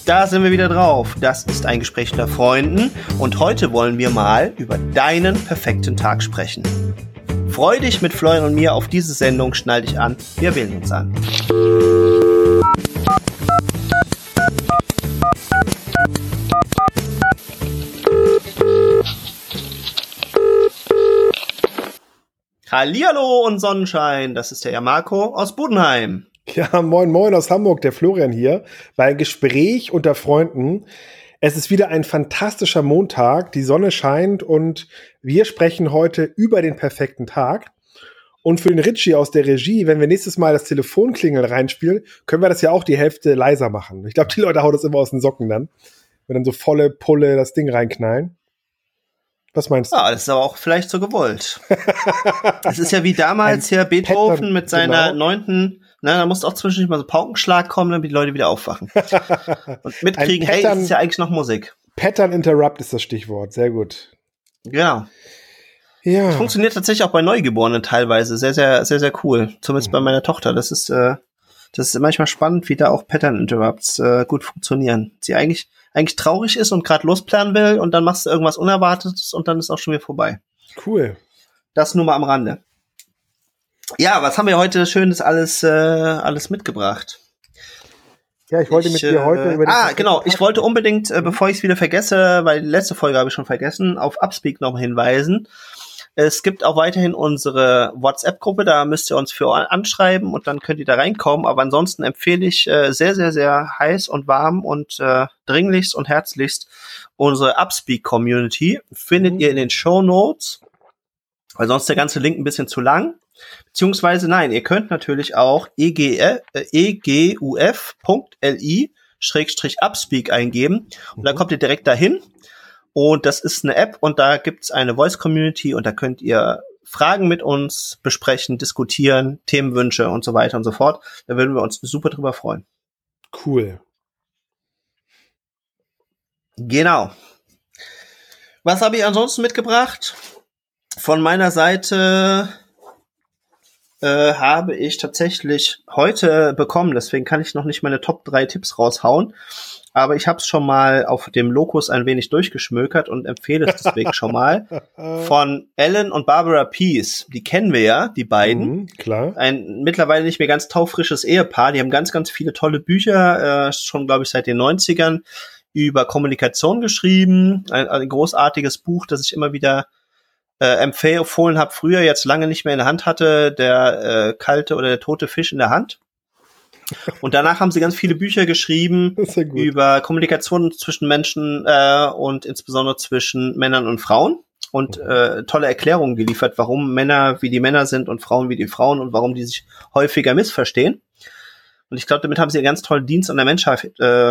Da sind wir wieder drauf. Das ist ein Gespräch unter Freunden und heute wollen wir mal über deinen perfekten Tag sprechen. Freu dich mit Florian und mir auf diese Sendung, schnall dich an, wir wählen uns an. Hallihallo und Sonnenschein, das ist der Marco aus Budenheim. Ja, moin moin aus Hamburg, der Florian hier, bei einem Gespräch unter Freunden. Es ist wieder ein fantastischer Montag, die Sonne scheint und wir sprechen heute über den perfekten Tag. Und für den Richie aus der Regie, wenn wir nächstes Mal das Telefonklingeln reinspielen, können wir das ja auch die Hälfte leiser machen. Ich glaube, die Leute hauen das immer aus den Socken dann, wenn dann so volle Pulle das Ding reinknallen. Was meinst du? Ja, das ist aber auch vielleicht so gewollt. Es ist ja wie damals hier Beethoven Pattern, mit seiner 9. Da muss auch zwischendurch mal so Paukenschlag kommen, damit die Leute wieder aufwachen. Und mitkriegen, hey, das ist ja eigentlich noch Musik. Pattern Interrupt ist das Stichwort, sehr gut. Genau. Ja. Das funktioniert tatsächlich auch bei Neugeborenen teilweise sehr, sehr, sehr, sehr cool. Zumindest bei meiner Tochter. Das ist manchmal spannend, wie da auch Pattern Interrupts gut funktionieren. Sie eigentlich traurig ist und gerade losplanen will und dann machst du irgendwas Unerwartetes und dann ist auch schon wieder vorbei. Cool. Das nur mal am Rande. Ja, was haben wir heute Schönes alles mitgebracht? Ja, ich wollte mit dir heute über ich wollte unbedingt, bevor ich es wieder vergesse, weil die letzte Folge habe ich schon vergessen, auf Upspeak noch hinweisen. Es gibt auch weiterhin unsere WhatsApp-Gruppe, da müsst ihr uns für anschreiben und dann könnt ihr da reinkommen. Aber ansonsten empfehle ich sehr, sehr, sehr heiß und warm und dringlichst und herzlichst unsere Upspeak-Community. Findet ihr in den Shownotes, weil sonst der ganze Link ein bisschen zu lang. Beziehungsweise, nein, ihr könnt natürlich auch eguf.li/Upspeak eingeben und dann kommt ihr direkt dahin. Und das ist eine App und da gibt's eine Voice-Community und da könnt ihr Fragen mit uns besprechen, diskutieren, Themenwünsche und so weiter und so fort. Da würden wir uns super drüber freuen. Cool. Genau. Was habe ich ansonsten mitgebracht? Von meiner Seite habe ich tatsächlich heute bekommen, deswegen kann ich noch nicht meine Top 3 Tipps raushauen, aber ich habe es schon mal auf dem Locus ein wenig durchgeschmökert und empfehle es deswegen schon mal. Von Ellen und Barbara Pease, die kennen wir ja, die beiden. Klar. Ein mittlerweile nicht mehr ganz taufrisches Ehepaar, die haben ganz, ganz viele tolle Bücher, schon glaube ich seit den 90ern, über Kommunikation geschrieben. Ein großartiges Buch, das ich immer wieder empfohlen habe, früher jetzt lange nicht mehr in der Hand hatte, der kalte oder der tote Fisch in der Hand. Und danach haben sie ganz viele Bücher geschrieben über Kommunikation zwischen Menschen und insbesondere zwischen Männern und Frauen und tolle Erklärungen geliefert, warum Männer wie die Männer sind und Frauen wie die Frauen und warum die sich häufiger missverstehen. Und ich glaube, damit haben sie einen ganz tollen Dienst an der Menschheit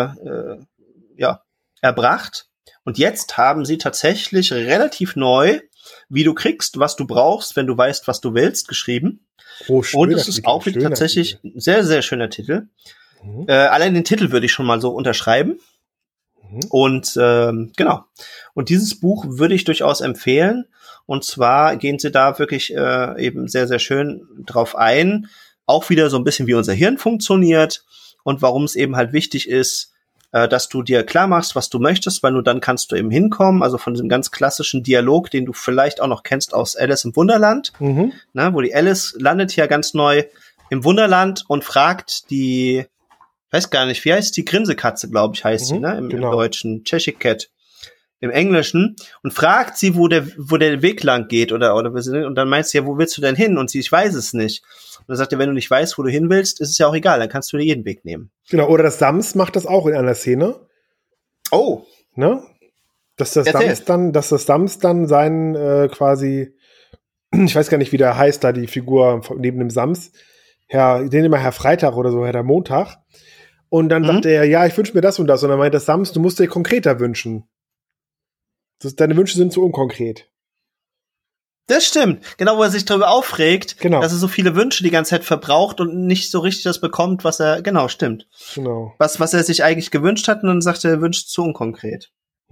erbracht. Und jetzt haben sie tatsächlich relativ neu Wie du kriegst, was du brauchst, wenn du weißt, was du willst, geschrieben. Und es ist auch tatsächlich ein sehr, sehr schöner Titel. Allein den Titel würde ich schon mal so unterschreiben. Und genau. Und dieses Buch würde ich durchaus empfehlen. Und zwar gehen sie da wirklich eben sehr, sehr schön drauf ein. Auch wieder so ein bisschen, wie unser Hirn funktioniert und warum es eben halt wichtig ist, dass du dir klar machst, was du möchtest, weil nur dann kannst du eben hinkommen. Also von diesem ganz klassischen Dialog, den du vielleicht auch noch kennst aus Alice im Wunderland, wo die Alice landet ja ganz neu im Wunderland und fragt die, weiß gar nicht, wie heißt die? Grinsekatze, glaube ich, heißt sie, ne? Im Deutschen, Cheshire Cat. Im Englischen und fragt sie, wo der Weg lang geht oder und dann meinst du ja, wo willst du denn hin? Und sie, ich weiß es nicht. Und dann sagt er, wenn du nicht weißt, wo du hin willst, ist es ja auch egal, dann kannst du dir jeden Weg nehmen. Genau, oder das Sams macht das auch in einer Szene. Oh. Ne? Dass das Sams dann seinen quasi, ich weiß gar nicht, wie der heißt da, die Figur neben dem Sams, den immer Herr Freitag oder so, Herr Montag. Und dann sagt er, ja, ich wünsche mir das und das. Und dann meint das Sams, du musst dir konkreter wünschen. Deine Wünsche sind zu unkonkret. Das stimmt. Genau, wo er sich darüber aufregt, dass er so viele Wünsche die ganze Zeit verbraucht und nicht so richtig das bekommt, was er, stimmt. Genau. Was er sich eigentlich gewünscht hat und dann sagt er wünscht zu unkonkret.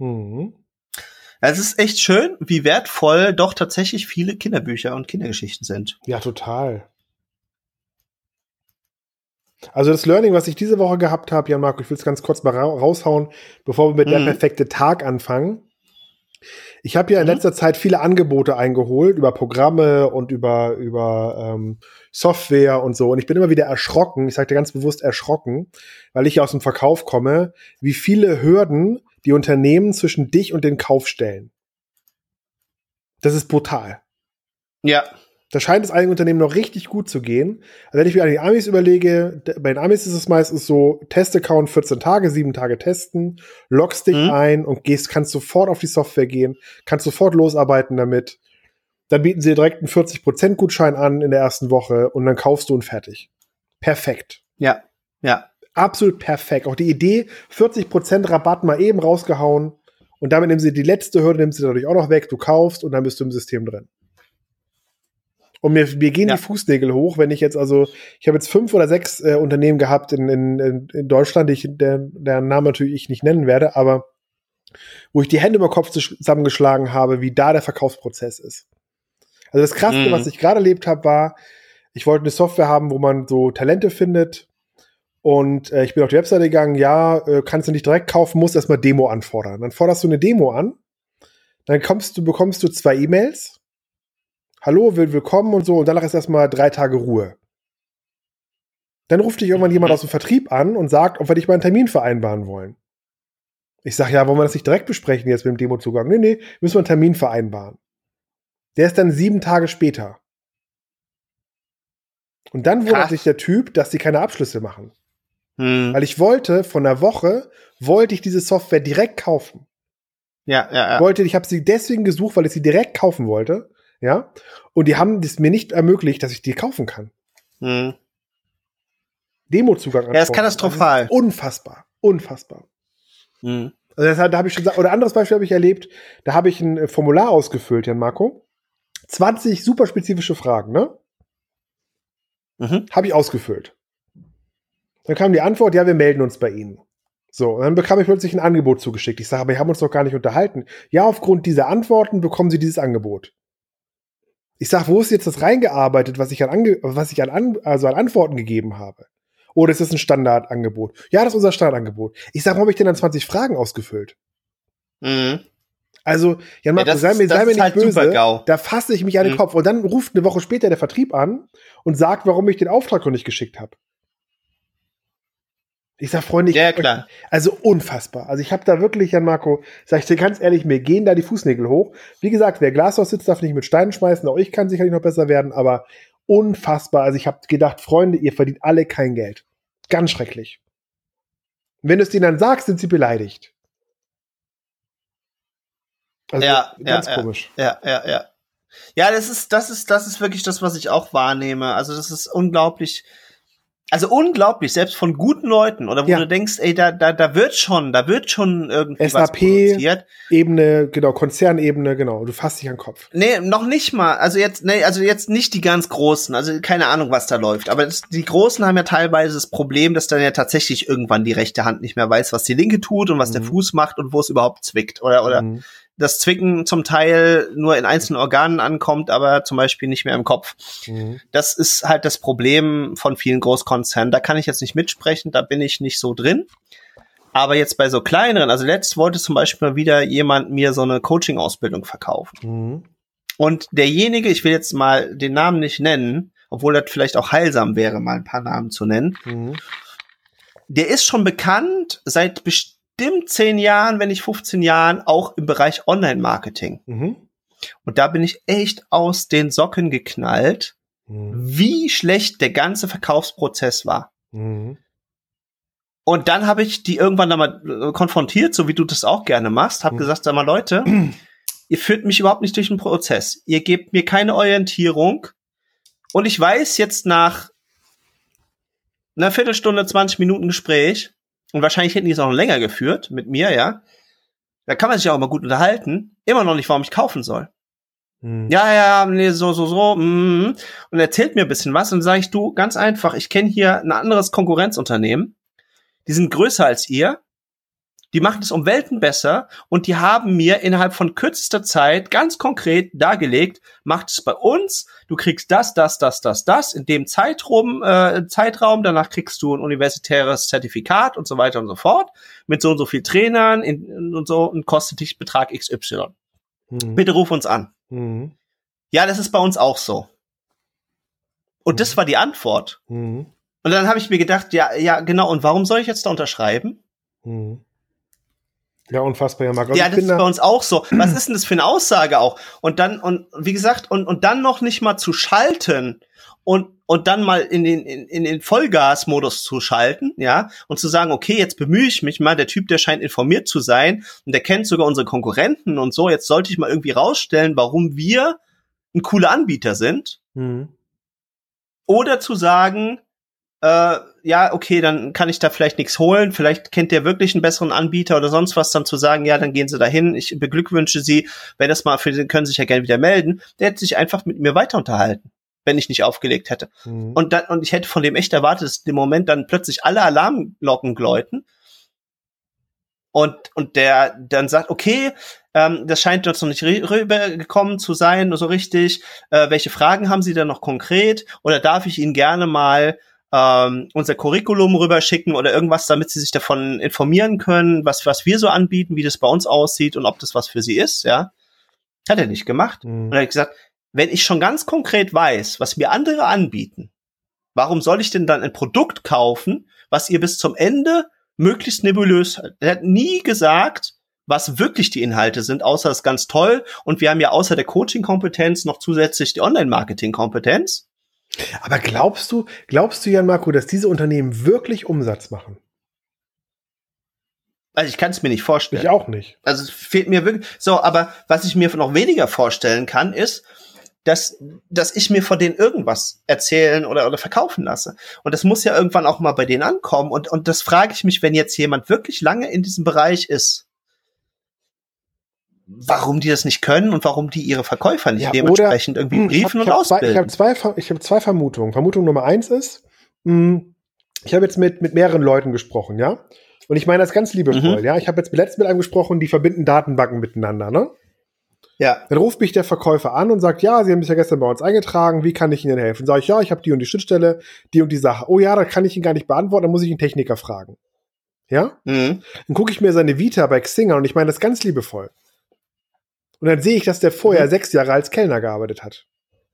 Es ist echt schön, wie wertvoll doch tatsächlich viele Kinderbücher und Kindergeschichten sind. Ja, total. Also das Learning, was ich diese Woche gehabt habe, Jan-Marco, ich will es ganz kurz mal raushauen, bevor wir mit der perfekte Tag anfangen. Ich habe ja in letzter Zeit viele Angebote eingeholt über Programme und über Software und so. Und ich bin immer wieder erschrocken, ich sage dir ganz bewusst erschrocken, weil ich ja aus dem Verkauf komme, wie viele Hürden die Unternehmen zwischen dich und den Kauf stellen. Das ist brutal. Ja. Da scheint es einigen Unternehmen noch richtig gut zu gehen. Also wenn ich mir an die Amis überlege, bei den Amis ist es meistens so, Testaccount 14 Tage, 7 Tage testen, loggst dich ein und kannst sofort auf die Software gehen, kannst sofort losarbeiten damit. Dann bieten sie direkt einen 40% Gutschein an in der ersten Woche und dann kaufst du und fertig. Perfekt. Ja, ja. Absolut perfekt. Auch die Idee, 40% Rabatt mal eben rausgehauen und damit nehmen sie die letzte Hürde, nimmst du dadurch auch noch weg, du kaufst und dann bist du im System drin. Und mir gehen die Fußnägel hoch, wenn ich jetzt ich habe jetzt 5 oder 6 Unternehmen gehabt in Deutschland, deren Namen natürlich ich nicht nennen werde, aber wo ich die Hände über Kopf zusammengeschlagen habe, wie da der Verkaufsprozess ist. Also das Krasseste, was ich gerade erlebt habe, war, ich wollte eine Software haben, wo man so Talente findet und ich bin auf die Webseite gegangen, kannst du nicht direkt kaufen, musst erstmal Demo anfordern. Dann forderst du eine Demo an, dann bekommst du 2 E-Mails, hallo, willkommen und so, und danach ist erstmal 3 Tage Ruhe. Dann ruft dich irgendwann jemand aus dem Vertrieb an und sagt, ob wir dich mal einen Termin vereinbaren wollen. Ich sage, ja, wollen wir das nicht direkt besprechen jetzt mit dem Demozugang? Nee, müssen wir einen Termin vereinbaren. Der ist dann 7 Tage später. Und dann wundert sich der Typ, dass die keine Abschlüsse machen. Weil ich von der Woche diese Software direkt kaufen. Ja. Ich habe sie deswegen gesucht, weil ich sie direkt kaufen wollte. Ja, und die haben es mir nicht ermöglicht, dass ich die kaufen kann. Demozugang. Ja, das ist katastrophal. Das ist unfassbar. Also da habe ich schon gesagt, oder anderes Beispiel habe ich erlebt, da habe ich ein Formular ausgefüllt, Jan-Marco. 20 super spezifische Fragen, ne? Habe ich ausgefüllt. Dann kam die Antwort, ja, wir melden uns bei Ihnen. So, und dann bekam ich plötzlich ein Angebot zugeschickt. Ich sage, aber wir haben uns doch gar nicht unterhalten. Ja, aufgrund dieser Antworten bekommen Sie dieses Angebot. Ich sag, wo ist jetzt das reingearbeitet, was ich an Antworten gegeben habe? Oder ist das ein Standardangebot? Ja, das ist unser Standardangebot. Ich sag, warum habe ich denn dann 20 Fragen ausgefüllt? Also, Jan-Marco, sei mir nicht halt böse, da fasse ich mich an den Kopf. Und dann ruft eine Woche später der Vertrieb an und sagt, warum ich den Auftrag noch nicht geschickt habe. Ich sag, Freunde, klar. Also unfassbar. Also ich habe da wirklich, Jan-Marco, sag ich dir ganz ehrlich, mir gehen da die Fußnägel hoch. Wie gesagt, wer Glashaus sitzt, darf nicht mit Steinen schmeißen. Auch ich kann sicherlich noch besser werden, aber unfassbar. Also ich habe gedacht, Freunde, ihr verdient alle kein Geld. Ganz schrecklich. Wenn du es denen dann sagst, sind sie beleidigt. Also ganz komisch. Ja, das ist wirklich das, was ich auch wahrnehme. Also das ist unglaublich. Also unglaublich, selbst von guten Leuten, oder wo du denkst, ey, da wird schon irgendwie SAP, was produziert. Ebene, genau, Konzernebene, genau, du fasst dich an den Kopf. Nee, noch nicht mal, also jetzt nicht die ganz Großen, also keine Ahnung, was da läuft, aber die Großen haben ja teilweise das Problem, dass dann ja tatsächlich irgendwann die rechte Hand nicht mehr weiß, was die linke tut und was der Fuß macht und wo es überhaupt zwickt, oder das Zwicken zum Teil nur in einzelnen Organen ankommt, aber zum Beispiel nicht mehr im Kopf. Das ist halt das Problem von vielen Großkonzernen. Da kann ich jetzt nicht mitsprechen, da bin ich nicht so drin. Aber jetzt bei so kleineren, also letzt wollte zum Beispiel mal wieder jemand mir so eine Coaching-Ausbildung verkaufen. Und derjenige, ich will jetzt mal den Namen nicht nennen, obwohl das vielleicht auch heilsam wäre, mal ein paar Namen zu nennen, der ist schon bekannt seit bestimmt 10 Jahren, wenn nicht 15 Jahren, auch im Bereich Online-Marketing. Und da bin ich echt aus den Socken geknallt, wie schlecht der ganze Verkaufsprozess war. Und dann habe ich die irgendwann da mal konfrontiert, so wie du das auch gerne machst, habe gesagt, sag mal Leute, ihr führt mich überhaupt nicht durch den Prozess. Ihr gebt mir keine Orientierung. Und ich weiß jetzt nach einer Viertelstunde, 20 Minuten Gespräch, und wahrscheinlich hätten die es auch noch länger geführt mit mir, ja. Da kann man sich auch immer gut unterhalten. Immer noch nicht, warum ich kaufen soll. Ja, nee, so. Und erzählt mir ein bisschen was. Und dann sage ich, du, ganz einfach, ich kenne hier ein anderes Konkurrenzunternehmen. Die sind größer als ihr. Die machen es um Welten besser und die haben mir innerhalb von kürzester Zeit ganz konkret dargelegt, macht es bei uns, du kriegst das in dem Zeitraum, danach kriegst du ein universitäres Zertifikat und so weiter und so fort, mit so und so viel Trainern und so und kostet dich Betrag XY. Bitte ruf uns an. Ja, das ist bei uns auch so. Und das war die Antwort. Und dann habe ich mir gedacht, ja, genau, und warum soll ich jetzt da unterschreiben? Ja, unfassbar, ja, Marc. Ja, das ist bei uns auch so. Was ist denn das für eine Aussage auch? Und wie gesagt, und dann noch nicht mal zu schalten und dann mal in den Vollgasmodus zu schalten, ja, und zu sagen, okay, jetzt bemühe ich mich mal, der Typ, der scheint informiert zu sein und der kennt sogar unsere Konkurrenten und so, jetzt sollte ich mal irgendwie rausstellen, warum wir ein cooler Anbieter sind. Oder zu sagen, ja, okay, dann kann ich da vielleicht nichts holen, vielleicht kennt der wirklich einen besseren Anbieter oder sonst was, dann zu sagen, ja, dann gehen Sie dahin, ich beglückwünsche Sie, wenn das mal für Sie, können Sie sich ja gerne wieder melden. Der hätte sich einfach mit mir weiter unterhalten, wenn ich nicht aufgelegt hätte. Und ich hätte von dem echt erwartet, dass im Moment dann plötzlich alle Alarmglocken läuten und der dann sagt, okay, das scheint uns noch nicht rübergekommen zu sein, so richtig, welche Fragen haben Sie denn noch konkret oder darf ich Ihnen gerne mal unser Curriculum rüberschicken oder irgendwas, damit sie sich davon informieren können, was wir so anbieten, wie das bei uns aussieht und ob das was für sie ist, ja. Hat er nicht gemacht. Und er hat gesagt, wenn ich schon ganz konkret weiß, was mir andere anbieten, warum soll ich denn dann ein Produkt kaufen, was ihr bis zum Ende möglichst nebulös hält? Er hat nie gesagt, was wirklich die Inhalte sind, außer das ist ganz toll. Und wir haben ja außer der Coaching-Kompetenz noch zusätzlich die Online-Marketing-Kompetenz. Aber glaubst du, Jan Marco, dass diese Unternehmen wirklich Umsatz machen? Also ich kann es mir nicht vorstellen. Ich auch nicht. Also es fehlt mir wirklich. So, aber was ich mir noch weniger vorstellen kann, ist, dass ich mir von denen irgendwas erzählen oder verkaufen lasse. Und das muss ja irgendwann auch mal bei denen ankommen. Und das frage ich mich, wenn jetzt jemand wirklich lange in diesem Bereich ist, warum die das nicht können und warum die ihre Verkäufer nicht dementsprechend irgendwie briefen und ausbilden. Ich habe zwei Vermutungen. Vermutung Nummer 1 ist, ich habe jetzt mit mehreren Leuten gesprochen, ja? Und ich meine das ganz liebevoll, ja? Ich habe jetzt letztens mit einem gesprochen, die verbinden Datenbanken miteinander, ne? Ja. Dann ruft mich der Verkäufer an und sagt, ja, Sie haben sich ja gestern bei uns eingetragen, wie kann ich Ihnen helfen? Sag ich, ja, ich habe die und die Schnittstelle, die und die Sache. Oh ja, da kann ich Ihnen gar nicht beantworten, dann muss ich einen Techniker fragen. Ja? Dann gucke ich mir seine Vita bei Xing an und ich meine das ganz liebevoll. Und dann sehe ich, dass der vorher 6 Jahre als Kellner gearbeitet hat.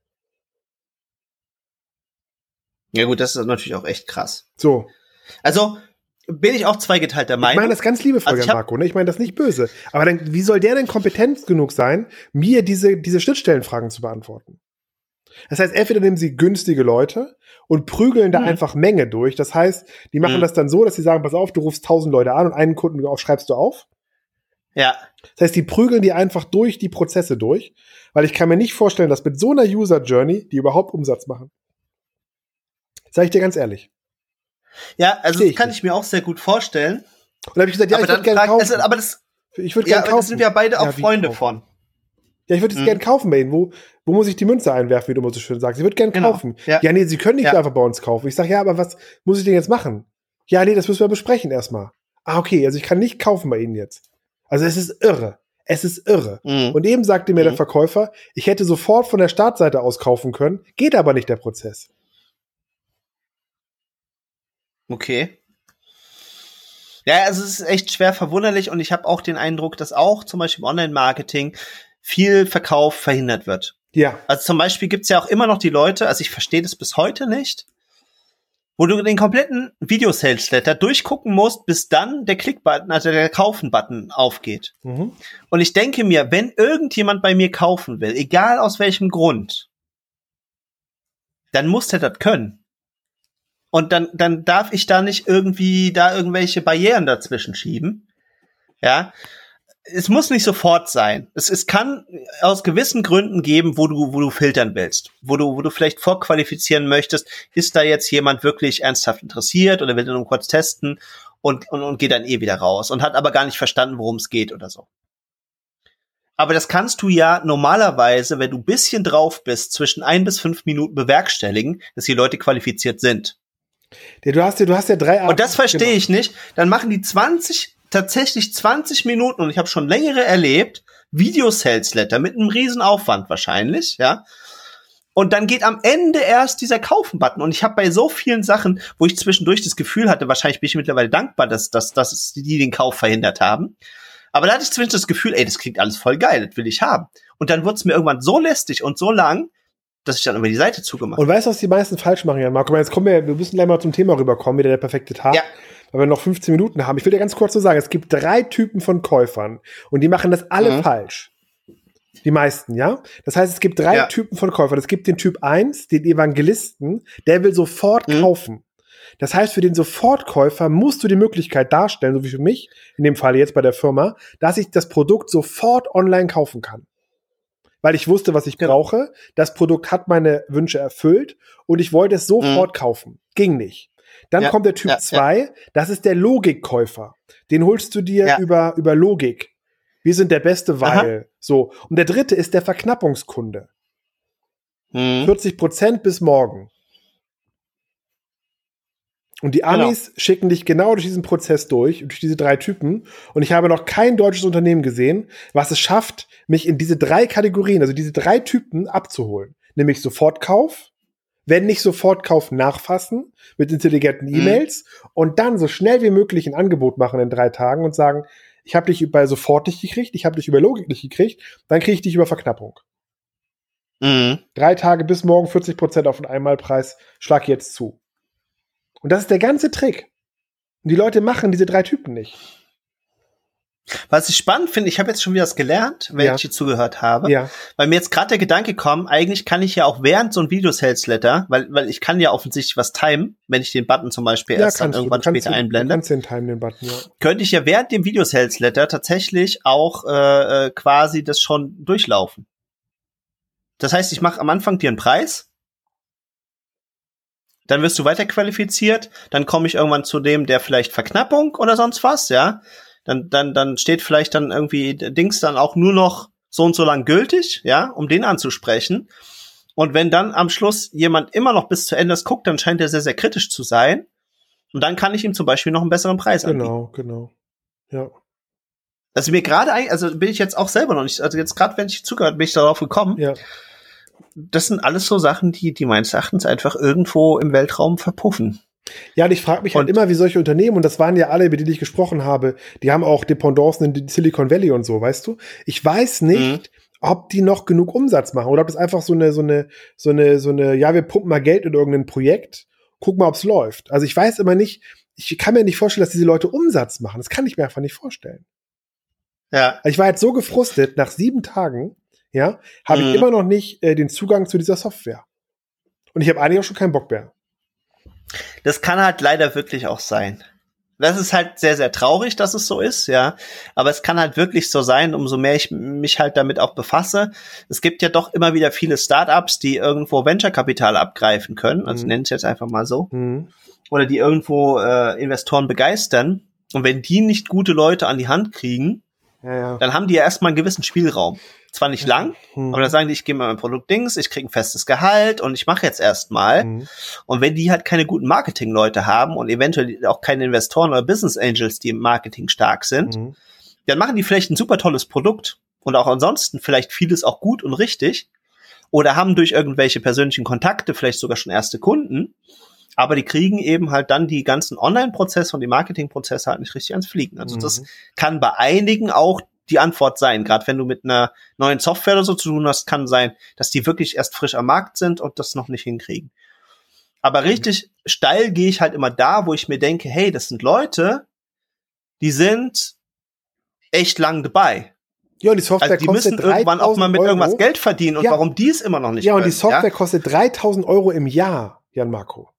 Ja gut, das ist natürlich auch echt krass. So. Also bin ich auch zweigeteilter Meinung. Ich meine das ganz liebevoll, Jan Marco, ne? Ich meine das nicht böse. Aber dann, wie soll der denn kompetent genug sein, mir diese Schnittstellenfragen zu beantworten? Das heißt, entweder nehmen sie günstige Leute und prügeln da einfach Menge durch. Das heißt, die machen das dann so, dass sie sagen, pass auf, du rufst 1000 Leute an und einen Kunden schreibst du auf. Ja. Das heißt, die prügeln die einfach durch die Prozesse durch, weil ich kann mir nicht vorstellen, dass mit so einer User Journey die überhaupt Umsatz machen. Sag ich dir ganz ehrlich. Ja, also das kann ich mir auch sehr gut vorstellen. Und dann habe ich gesagt, ja, ich würde gerne kaufen. Ich würde gerne kaufen. Da sind wir beide auch Freunde von. Ja, ich würde es gerne kaufen bei Ihnen. Wo muss ich die Münze einwerfen, wie du immer so schön sagst? Ich würde gerne kaufen. Ja, nee, Sie können nicht einfach bei uns kaufen. Ich sage, ja, aber was muss ich denn jetzt machen? Ja, nee, das müssen wir besprechen erstmal. Ah, okay, also ich kann nicht kaufen bei Ihnen jetzt. Also es ist irre. Es ist irre. Und eben sagte mir der Verkäufer, ich hätte sofort von der Startseite aus kaufen können, geht aber nicht der Prozess. Okay. Ja, also es ist echt schwer verwunderlich und ich habe auch den Eindruck, dass auch zum Beispiel im Online-Marketing viel Verkauf verhindert wird. Ja. Also zum Beispiel gibt's ja auch immer noch die Leute, also ich verstehe das bis heute nicht, wo du den kompletten Video-Sales-Letter durchgucken musst, bis dann der Klick-Button, also der Kaufen-Button aufgeht. Und ich denke mir, wenn irgendjemand bei mir kaufen will, egal aus welchem Grund, dann muss der das können. Und dann darf ich da nicht irgendwie da irgendwelche Barrieren dazwischen schieben. Ja. Es muss nicht sofort sein. Es kann aus gewissen Gründen geben, wo du filtern willst, wo du vielleicht vorqualifizieren möchtest, ist da jetzt jemand wirklich ernsthaft interessiert oder will nur kurz testen und geht dann wieder raus und hat aber gar nicht verstanden, worum es geht oder so. Aber das kannst du ja normalerweise, wenn du ein bisschen drauf bist, zwischen 1 bis 5 Minuten bewerkstelligen, dass die Leute qualifiziert sind. Ja, du hast ja 3 Arten. Und das verstehe ich nicht. Dann machen die 20 tatsächlich 20 Minuten, und ich habe schon längere erlebt, Video-Sales-Letter mit einem riesen Aufwand wahrscheinlich, ja. Und dann geht am Ende erst dieser Kaufen-Button. Und ich habe bei so vielen Sachen, wo ich zwischendurch das Gefühl hatte, wahrscheinlich bin ich mittlerweile dankbar, dass die den Kauf verhindert haben. Aber da hatte ich zwischendurch das Gefühl, ey, das klingt alles voll geil, das will ich haben. Und dann wurde es mir irgendwann so lästig und so lang, dass ich dann über die Seite zugemacht habe. Und weißt du, was die meisten falsch machen, Jan Marco? Jetzt wir müssen gleich mal zum Thema rüberkommen, wieder der perfekte Tag. Ja. Weil wir noch 15 Minuten haben. Ich will dir ganz kurz so sagen, es gibt 3 Typen von Käufern. Und die machen das alle falsch. Die meisten, ja? Das heißt, es gibt 3 Typen von Käufern. Es gibt den Typ 1, den Evangelisten, der will sofort kaufen. Das heißt, für den Sofortkäufer musst du die Möglichkeit darstellen, so wie für mich, in dem Fall jetzt bei der Firma, dass ich das Produkt sofort online kaufen kann. Weil ich wusste, was ich brauche. Das Produkt hat meine Wünsche erfüllt und ich wollte es sofort kaufen. Ging nicht. Dann kommt der Typ 2, das ist der Logikkäufer. Den holst du dir über Logik. Wir sind der Beste, weil. So. Und der 3. ist der Verknappungskunde. 40% bis morgen. Und die Amis schicken dich genau durch diesen Prozess durch diese 3 Typen. Und ich habe noch kein deutsches Unternehmen gesehen, was es schafft, mich in diese 3 Kategorien, also diese 3 Typen abzuholen. Nämlich Sofortkauf, wenn nicht Sofortkauf, nachfassen mit intelligenten E-Mails und dann so schnell wie möglich ein Angebot machen in 3 Tagen und sagen, ich habe dich bei Sofort nicht gekriegt, ich habe dich über Logik nicht gekriegt, dann kriege ich dich über Verknappung. 3 Tage bis morgen 40% auf den Einmalpreis, schlag jetzt zu. Und das ist der ganze Trick. Und die Leute machen diese 3 Typen nicht. Was ich spannend finde, ich habe jetzt schon wieder was gelernt, wenn ich hier zugehört habe, weil mir jetzt gerade der Gedanke kommt, eigentlich kann ich ja auch während so ein Video-Sales-Letter, weil ich kann ja offensichtlich was timen, wenn ich den Button zum Beispiel erst dann irgendwann später einblende. Du kannst den timen, den Button, Könnte ich ja während dem Video-Sales-Letter tatsächlich auch quasi das schon durchlaufen. Das heißt, ich mache am Anfang dir einen Preis, dann wirst du weiter qualifiziert, dann komme ich irgendwann zu dem, der vielleicht Verknappung oder sonst was, ja. Dann steht vielleicht dann irgendwie Dings dann auch nur noch so und so lang gültig, ja, um den anzusprechen. Und wenn dann am Schluss jemand immer noch bis zu Ende das guckt, dann scheint er sehr, sehr kritisch zu sein. Und dann kann ich ihm zum Beispiel noch einen besseren Preis anbieten. Genau. Ja. Also mir gerade, also bin ich jetzt auch selber noch nicht, also jetzt gerade, wenn ich zugehört, bin ich darauf gekommen. Ja. Das sind alles so Sachen, die meines Erachtens einfach irgendwo im Weltraum verpuffen. Ja, und ich frage mich halt immer, wie solche Unternehmen, und das waren ja alle, über die ich gesprochen habe, die haben auch Dependancen in Silicon Valley und so, weißt du? Ich weiß nicht, ob die noch genug Umsatz machen oder ob das einfach so eine, ja, wir pumpen mal Geld in irgendein Projekt, guck mal, ob's läuft. Also ich weiß immer nicht, ich kann mir nicht vorstellen, dass diese Leute Umsatz machen. Das kann ich mir einfach nicht vorstellen. Ja. Ich war jetzt so gefrustet, nach 7 Tagen, ja, habe ich immer noch nicht den Zugang zu dieser Software. Und ich habe eigentlich auch schon keinen Bock mehr. Das kann halt leider wirklich auch sein. Das ist halt sehr, sehr traurig, dass es so ist, ja. Aber es kann halt wirklich so sein, umso mehr ich mich halt damit auch befasse. Es gibt ja doch immer wieder viele Startups, die irgendwo Venture-Kapital abgreifen können. Also nennen es jetzt einfach mal so. Oder die irgendwo Investoren begeistern. Und wenn die nicht gute Leute an die Hand kriegen, dann haben die ja erstmal einen gewissen Spielraum. Zwar nicht lang, aber dann sagen die, ich gebe mal mein Produkt Dings, ich kriege ein festes Gehalt und ich mache jetzt erstmal. Und wenn die halt keine guten Marketingleute haben und eventuell auch keine Investoren oder Business Angels, die im Marketing stark sind, dann machen die vielleicht ein super tolles Produkt und auch ansonsten vielleicht vieles auch gut und richtig oder haben durch irgendwelche persönlichen Kontakte vielleicht sogar schon erste Kunden, aber die kriegen eben halt dann die ganzen Online-Prozesse und die Marketing-Prozesse halt nicht richtig ans Fliegen. Also das kann bei einigen auch die Antwort sein. Gerade wenn du mit einer neuen Software oder so zu tun hast, kann sein, dass die wirklich erst frisch am Markt sind und das noch nicht hinkriegen. Aber richtig steil gehe ich halt immer da, wo ich mir denke, hey, das sind Leute, die sind echt lang dabei. Ja, und die Software also die müssen irgendwann auch mal mit irgendwas Geld verdienen und warum die es immer noch nicht können. Ja, und die Software kostet 3.000 € im Jahr, Jan Marco.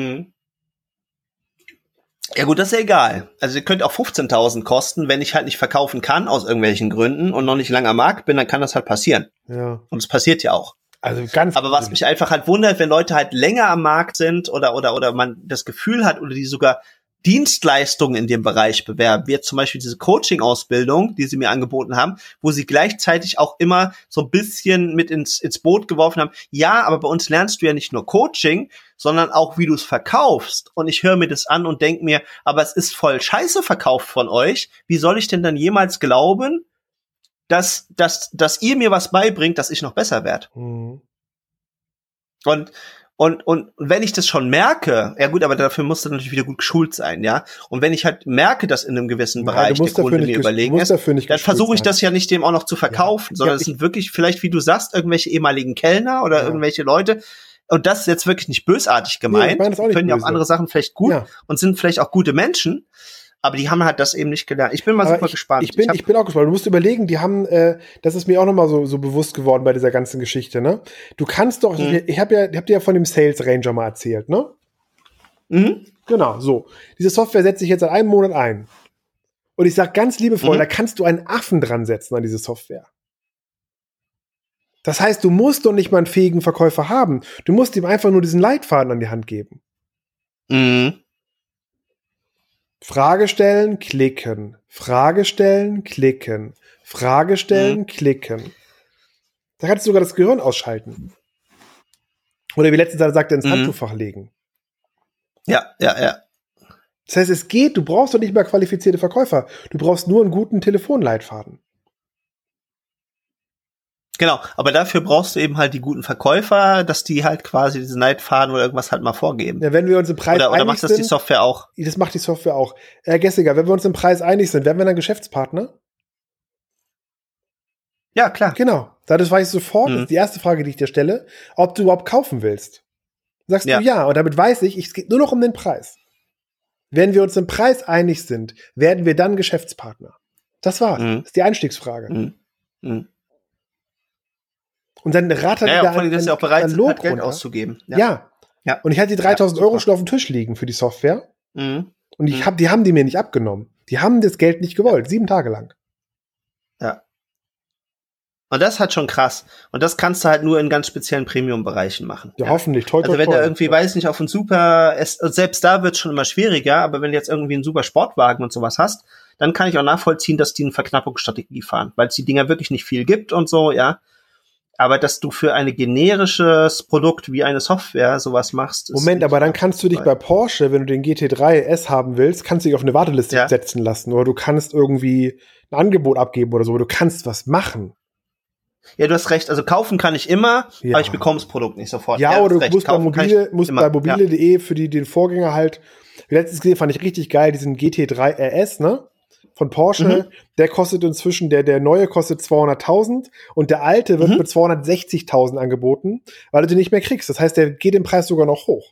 Ja gut, das ist ja egal. Also ihr könnt auch 15.000 kosten, wenn ich halt nicht verkaufen kann aus irgendwelchen Gründen und noch nicht lange am Markt bin, dann kann das halt passieren. Ja. Und es passiert ja auch. Also ganz. Aber was mich einfach halt wundert, wenn Leute halt länger am Markt sind oder man das Gefühl hat oder die sogar Dienstleistungen in dem Bereich bewerben, wie jetzt zum Beispiel diese Coaching-Ausbildung, die sie mir angeboten haben, wo sie gleichzeitig auch immer so ein bisschen mit ins Boot geworfen haben. Ja, aber bei uns lernst du ja nicht nur Coaching, sondern auch, wie du es verkaufst. Und ich höre mir das an und denke mir, aber es ist voll scheiße verkauft von euch. Wie soll ich denn dann jemals glauben, dass ihr mir was beibringt, dass ich noch besser werde? Mhm. Und wenn ich das schon merke, ja gut, aber dafür musst du natürlich wieder gut geschult sein, ja. Und wenn ich halt merke, dass in einem gewissen Bereich der Kunde mir überlegen ist, dann versuche ich das ja nicht dem auch noch zu verkaufen, sondern es sind wirklich vielleicht, wie du sagst, irgendwelche ehemaligen Kellner oder irgendwelche Leute. Und das ist jetzt wirklich nicht bösartig gemeint. Ich meine das auch nicht können ja auch andere Sachen vielleicht gut und sind vielleicht auch gute Menschen. Aber die haben halt das eben nicht gelernt. Ich bin mal super gespannt. Ich bin auch gespannt. Du musst überlegen, die haben, das ist mir auch nochmal so bewusst geworden bei dieser ganzen Geschichte, ne? Du kannst doch, ich hab dir ja von dem Sales Ranger mal erzählt, ne? Mhm. Genau, so. Diese Software setze ich jetzt seit einem Monat ein. Und ich sag ganz liebevoll, da kannst du einen Affen dran setzen an diese Software. Das heißt, du musst doch nicht mal einen fähigen Verkäufer haben. Du musst ihm einfach nur diesen Leitfaden an die Hand geben. Mhm. Frage stellen, klicken. Frage stellen, klicken. Frage stellen, klicken. Da kannst du sogar das Gehirn ausschalten. Oder wie letztens sagte, ins Handtuchfach legen. Ja. Das heißt, es geht, du brauchst doch nicht mehr qualifizierte Verkäufer. Du brauchst nur einen guten Telefonleitfaden. Genau, aber dafür brauchst du eben halt die guten Verkäufer, dass die halt quasi diesen Leitfaden oder irgendwas halt mal vorgeben. Ja, wenn wir uns im Preis einig sind. Oder macht das die Software auch? Das macht die Software auch. Herr Gessiger, wenn wir uns im Preis einig sind, werden wir dann Geschäftspartner? Ja, klar. Genau. Dadurch weiß ich sofort, das ist die erste Frage, die ich dir stelle, ob du überhaupt kaufen willst. Sagst du ja, und damit weiß ich, es geht nur noch um den Preis. Wenn wir uns im Preis einig sind, werden wir dann Geschäftspartner. Das war's. Das ist die Einstiegsfrage. Und dann rattert ja, vor allem, dass sie auch bereit sind, halt Geld auszugeben. Ja. Und ich hatte die 3.000 Euro schon auf dem Tisch liegen für die Software. Und die haben die mir nicht abgenommen. Die haben das Geld nicht gewollt. 7 Tage lang. Ja. Und das ist halt schon krass. Und das kannst du halt nur in ganz speziellen Premium-Bereichen machen. Ja, hoffentlich. Toll, also wenn du irgendwie, weiß nicht, auf ein super, selbst da wird es schon immer schwieriger, aber wenn du jetzt irgendwie einen super Sportwagen und sowas hast, dann kann ich auch nachvollziehen, dass die eine Verknappungsstrategie fahren, weil es die Dinger wirklich nicht viel gibt und so, ja. Aber dass du für ein generisches Produkt wie eine Software sowas machst. Moment, aber dann kannst du dich bei Porsche, wenn du den GT3 S haben willst, kannst du dich auf eine Warteliste setzen lassen. Oder du kannst irgendwie ein Angebot abgeben oder so. Du kannst was machen. Ja, du hast recht. Also kaufen kann ich immer, aber ich bekomme das Produkt nicht sofort. Ja, oder du musst bei mobile.de für den Vorgänger halt, letztens gesehen, fand ich richtig geil, diesen GT3 RS, ne? Von Porsche, der kostet inzwischen, der neue kostet 200.000 und der alte wird für 260.000 angeboten, weil du den nicht mehr kriegst. Das heißt, der geht im Preis sogar noch hoch.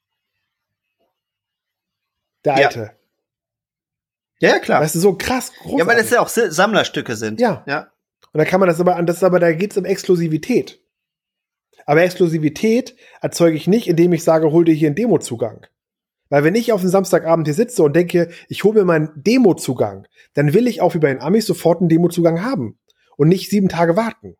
Der alte. Ja, klar. Weißt du, so krass groß. Ja, weil das ja auch Sammlerstücke sind. Ja. Und da kann man da geht's um Exklusivität. Aber Exklusivität erzeuge ich nicht, indem ich sage, hol dir hier einen Demozugang. Weil wenn ich auf den Samstagabend hier sitze und denke, ich hole mir meinen Demozugang, dann will ich auch wie bei den Amis sofort einen Demozugang haben und nicht 7 Tage warten.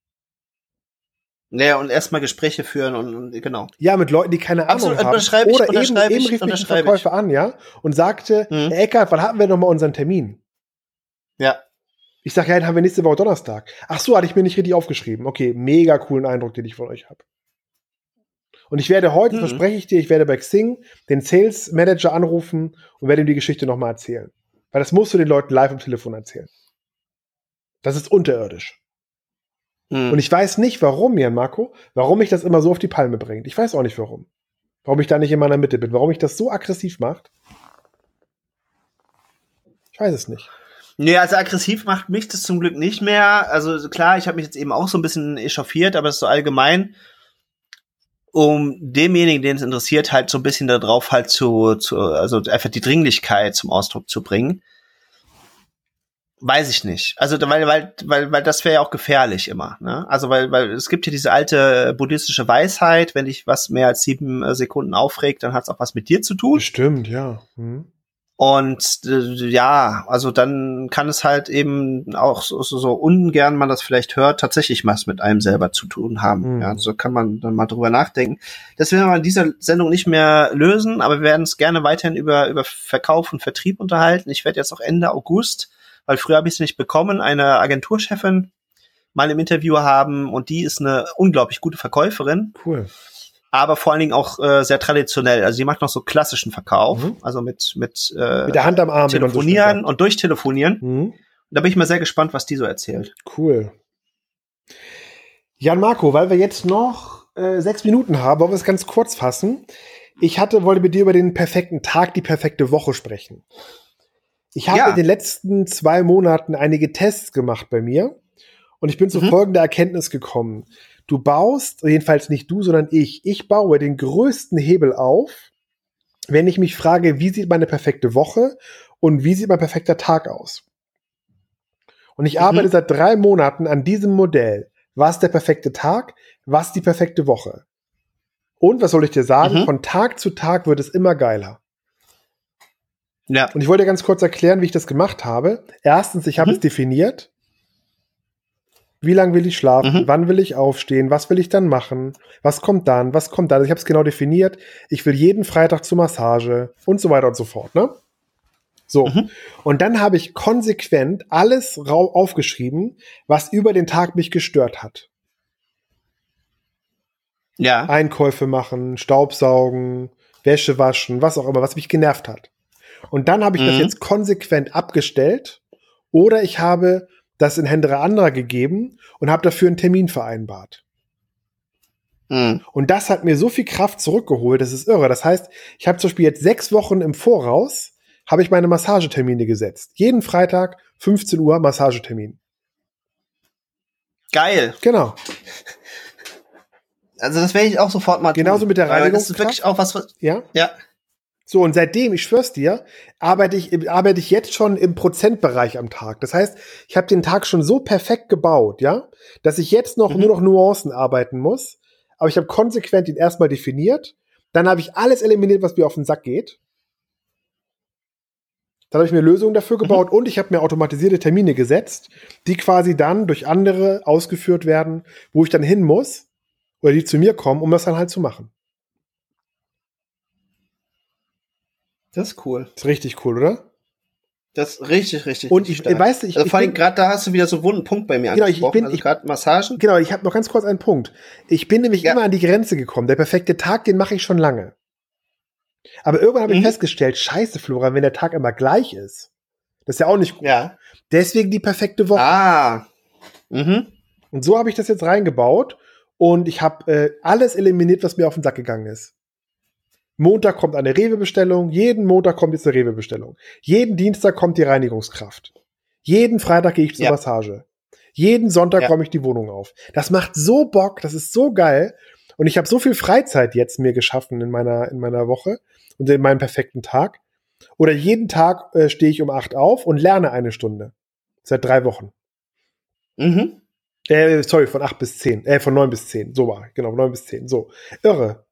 Naja, und erstmal Gespräche führen und genau. Ja, mit Leuten, die keine Ahnung haben. Oder eben rief mich ein Verkäufer an, ja, und sagte, Herr Eckert, wann hatten wir nochmal unseren Termin? Ja. Ich sage, ja, den haben wir nächste Woche Donnerstag. Ach so, hatte ich mir nicht richtig aufgeschrieben. Okay, mega coolen Eindruck, den ich von euch habe. Und ich werde heute, verspreche ich dir, ich werde bei Xing den Sales Manager anrufen und werde ihm die Geschichte nochmal erzählen. Weil das musst du den Leuten live am Telefon erzählen. Das ist unterirdisch. Und ich weiß nicht, warum, Jan Marco, warum mich das immer so auf die Palme bringt. Ich weiß auch nicht, warum. Warum ich da nicht in meiner Mitte bin. Warum mich das so aggressiv macht. Ich weiß es nicht. Nee, also aggressiv macht mich das zum Glück nicht mehr. Also klar, ich habe mich jetzt eben auch so ein bisschen echauffiert, aber es ist so allgemein, um demjenigen, den es interessiert, halt so ein bisschen darauf halt also einfach die Dringlichkeit zum Ausdruck zu bringen. Weiß ich nicht. Also weil das wäre ja auch gefährlich immer, ne? Also weil es gibt ja diese alte buddhistische Weisheit, wenn dich was mehr als 7 Sekunden aufregt, dann hat es auch was mit dir zu tun. Stimmt, ja. Und ja, also dann kann es halt eben auch so ungern man das vielleicht hört, tatsächlich was mit einem selber zu tun haben. Ja, so kann man dann mal drüber nachdenken. Das werden wir in dieser Sendung nicht mehr lösen, aber wir werden uns gerne weiterhin über Verkauf und Vertrieb unterhalten. Ich werde jetzt auch Ende August, weil früher habe ich es nicht bekommen, eine Agenturchefin mal im Interview haben und die ist eine unglaublich gute Verkäuferin. Cool. Aber vor allen Dingen auch sehr traditionell. Also die macht noch so klassischen Verkauf, also mit der Hand am Arm, telefonieren und durchtelefonieren. Und da bin ich mal sehr gespannt, was die so erzählt. Cool. Jan Marco, weil wir jetzt noch 6 Minuten haben, wollen wir es ganz kurz fassen. Ich wollte mit dir über den perfekten Tag, die perfekte Woche sprechen. Ich habe in den letzten 2 Monaten einige Tests gemacht bei mir und ich bin zu folgender Erkenntnis gekommen. Du baust, jedenfalls nicht du, sondern ich baue den größten Hebel auf, wenn ich mich frage, wie sieht meine perfekte Woche und wie sieht mein perfekter Tag aus? Und ich arbeite seit 3 Monaten an diesem Modell. Was ist der perfekte Tag? Was ist die perfekte Woche? Und was soll ich dir sagen? Von Tag zu Tag wird es immer geiler. Ja. Und ich wollte dir ganz kurz erklären, wie ich das gemacht habe. Erstens, ich habe es definiert. Wie lange will ich schlafen? Wann will ich aufstehen? Was will ich dann machen? Was kommt dann? Was kommt dann? Also ich habe es genau definiert. Ich will jeden Freitag zur Massage und so weiter und so fort. Ne? So. Und dann habe ich konsequent alles aufgeschrieben, was über den Tag mich gestört hat. Ja. Einkäufe machen, Staubsaugen, Wäsche waschen, was auch immer, was mich genervt hat. Und dann habe ich das jetzt konsequent abgestellt oder ich habe das in Hände anderer gegeben und habe dafür einen Termin vereinbart. Und das hat mir so viel Kraft zurückgeholt, das ist irre. Das heißt, ich habe zum Beispiel jetzt 6 Wochen im Voraus, habe ich meine Massagetermine gesetzt. Jeden Freitag, 15 Uhr, Massagetermin. Geil. Genau. Also das werde ich auch sofort mal tun. Genauso mit der Reinigungskraft. Das ist wirklich auch was. Ja? Ja. So, und seitdem, ich schwör's dir, arbeite ich jetzt schon im Prozentbereich am Tag. Das heißt, ich habe den Tag schon so perfekt gebaut, ja, dass ich jetzt nur noch Nuancen arbeiten muss. Aber ich habe konsequent ihn erstmal definiert. Dann habe ich alles eliminiert, was mir auf den Sack geht. Dann habe ich mir Lösungen dafür gebaut und ich habe mir automatisierte Termine gesetzt, die quasi dann durch andere ausgeführt werden, wo ich dann hin muss oder die zu mir kommen, um das dann halt zu machen. Das ist cool. Das ist richtig cool, oder? Das ist richtig, richtig. Und ich weiß nicht, also vor allem gerade da hast du wieder so einen wunden Punkt bei mir angesprochen. Also gerade Massagen. Genau, ich habe noch ganz kurz einen Punkt. Ich bin nämlich immer an die Grenze gekommen. Der perfekte Tag, den mache ich schon lange. Aber irgendwann habe ich festgestellt, scheiße, Florian, wenn der Tag immer gleich ist. Das ist ja auch nicht gut. Ja. Deswegen die perfekte Woche. Und so habe ich das jetzt reingebaut und ich habe alles eliminiert, was mir auf den Sack gegangen ist. Montag kommt eine Rewe-Bestellung, jeden Montag kommt jetzt eine Rewe-Bestellung. Jeden Dienstag kommt die Reinigungskraft. Jeden Freitag gehe ich zur Massage. Jeden Sonntag räume ich die Wohnung auf. Das macht so Bock, das ist so geil. Und ich habe so viel Freizeit jetzt mir geschaffen in meiner Woche und in meinem perfekten Tag. Oder jeden Tag stehe ich um 8 auf und lerne 1 Stunde. Seit 3 Wochen. Sorry, von 8 bis 10. Von 9 bis 10. So war, genau, 9 bis 10. So. Irre.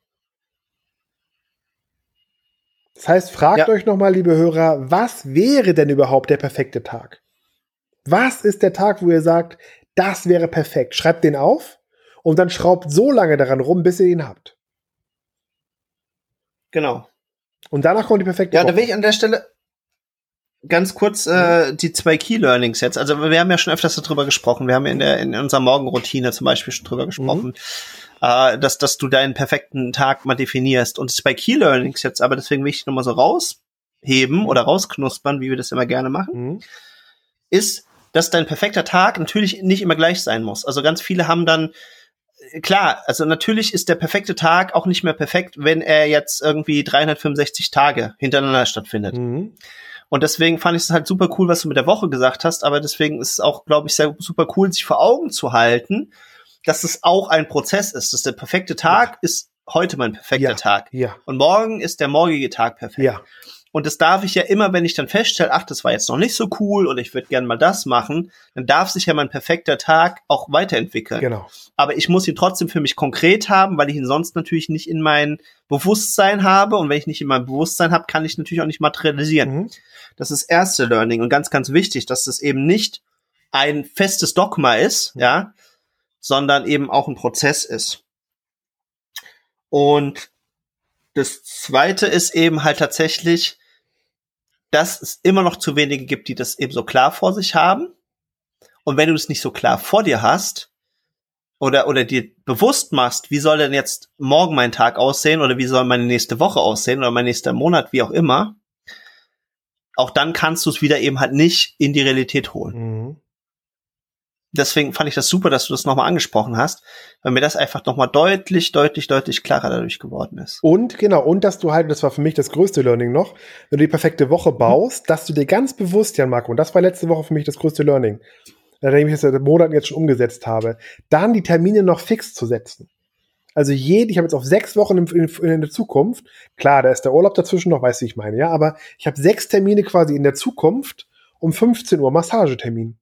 Das heißt, fragt euch nochmal, liebe Hörer, was wäre denn überhaupt der perfekte Tag? Was ist der Tag, wo ihr sagt, das wäre perfekt? Schreibt den auf und dann schraubt so lange daran rum, bis ihr ihn habt. Genau. Und danach kommt die perfekte Woche. Da will ich an der Stelle ganz kurz die 2 Key Learnings jetzt. Also wir haben ja schon öfters darüber gesprochen. Wir haben in unserer Morgenroutine zum Beispiel schon drüber gesprochen, dass du deinen perfekten Tag mal definierst. Und die 2 Key Learnings jetzt, aber deswegen will ich nochmal so rausheben oder rausknuspern, wie wir das immer gerne machen, ist, dass dein perfekter Tag natürlich nicht immer gleich sein muss. Also ganz viele haben dann klar, also natürlich ist der perfekte Tag auch nicht mehr perfekt, wenn er jetzt irgendwie 365 Tage hintereinander stattfindet. Und deswegen fand ich es halt super cool, was du mit der Woche gesagt hast, aber deswegen ist es auch, glaube ich, sehr super cool, sich vor Augen zu halten, dass es auch ein Prozess ist, dass der perfekte Tag ist heute mein perfekter Tag. Und morgen ist der morgige Tag perfekt. Und das darf ich ja immer, wenn ich dann feststelle, ach, das war jetzt noch nicht so cool oder ich würde gerne mal das machen, dann darf sich ja mein perfekter Tag auch weiterentwickeln. Genau. Aber ich muss ihn trotzdem für mich konkret haben, weil ich ihn sonst natürlich nicht in mein Bewusstsein habe. Und wenn ich nicht in meinem Bewusstsein habe, kann ich natürlich auch nicht materialisieren. Mhm. Das ist das erste Learning und ganz, ganz wichtig, dass das eben nicht ein festes Dogma ist, ja, sondern eben auch ein Prozess ist. Und das zweite ist eben halt tatsächlich, dass es immer noch zu wenige gibt, die das eben so klar vor sich haben. Und wenn du es nicht so klar vor dir hast oder dir bewusst machst, wie soll denn jetzt morgen mein Tag aussehen oder wie soll meine nächste Woche aussehen oder mein nächster Monat, wie auch immer, auch dann kannst du es wieder eben halt nicht in die Realität holen. Mhm. Deswegen fand ich das super, dass du das nochmal angesprochen hast, weil mir das einfach nochmal deutlich klarer dadurch geworden ist. Und genau, und dass du halt, das war für mich das größte Learning noch, wenn du die perfekte Woche baust, dass du dir ganz bewusst, Jan Marco, und das war letzte Woche für mich das größte Learning, nachdem ich das seit Monaten jetzt schon umgesetzt habe, dann die Termine noch fix zu setzen. Also ich habe jetzt auf 6 Wochen in der Zukunft, klar, da ist der Urlaub dazwischen noch, weißt du, wie ich meine, ja, aber ich habe 6 Termine quasi in der Zukunft um 15 Uhr Massagetermin.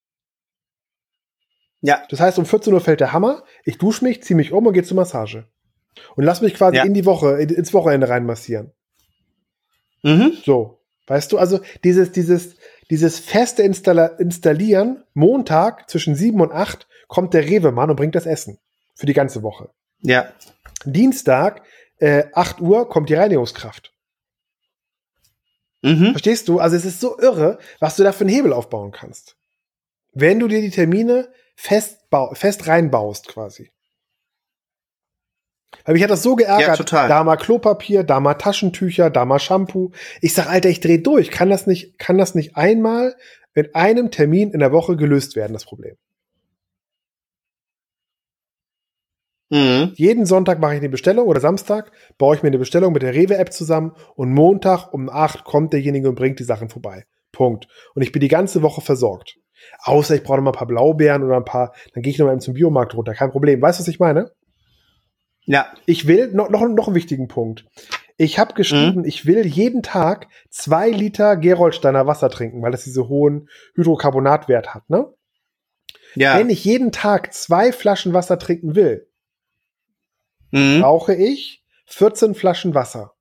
Ja. Das heißt, um 14 Uhr fällt der Hammer, ich dusche mich, ziehe mich um und gehe zur Massage. Und lass mich quasi in die Woche, ins Wochenende reinmassieren. Mhm. So. Weißt du, also dieses feste Installieren, Montag zwischen 7 und 8 kommt der Rewe-Mann und bringt das Essen. Für die ganze Woche. Ja. Dienstag, 8 Uhr kommt die Reinigungskraft. Mhm. Verstehst du? Also es ist so irre, was du da für einen Hebel aufbauen kannst. Wenn du dir die Termine fest reinbaust quasi. Weil mich hat das so geärgert. Ja, da mal Klopapier, da mal Taschentücher, da mal Shampoo. Ich sag, Alter, ich dreh durch. Kann das nicht einmal in einem Termin in der Woche gelöst werden, das Problem? Mhm. Jeden Sonntag mache ich eine Bestellung oder Samstag baue ich mir eine Bestellung mit der Rewe-App zusammen und Montag um 8 kommt derjenige und bringt die Sachen vorbei. Punkt. Und ich bin die ganze Woche versorgt. Außer ich brauche noch mal ein paar Blaubeeren oder dann gehe ich noch mal zum Biomarkt runter. Kein Problem. Weißt du, was ich meine? Ja. Ich will, noch einen wichtigen Punkt. Ich habe geschrieben, ich will jeden Tag 2 Liter Gerolsteiner Wasser trinken, weil das diese hohen Hydrocarbonatwert hat, ne? Ja. Wenn ich jeden Tag 2 Flaschen Wasser trinken will, brauche ich 14 Flaschen Wasser.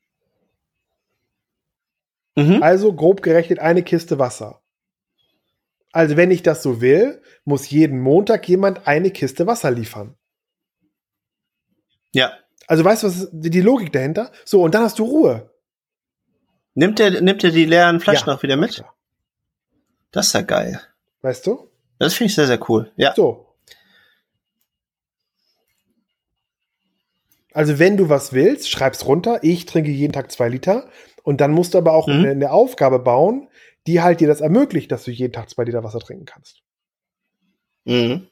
Mhm. Also grob gerechnet eine Kiste Wasser. Also wenn ich das so will, muss jeden Montag jemand eine Kiste Wasser liefern. Ja. Also weißt du, was ist die Logik dahinter? So, und dann hast du Ruhe. Nimmt er die leeren Flaschen auch wieder mit? Das ist ja geil. Weißt du? Das finde ich sehr, sehr cool. Ja. So. Also wenn du was willst, schreib's runter. Ich trinke jeden Tag 2 Liter. Und dann musst du aber auch eine Aufgabe bauen, die halt dir das ermöglicht, dass du jeden Tag 2 Liter Wasser trinken kannst. Mhm.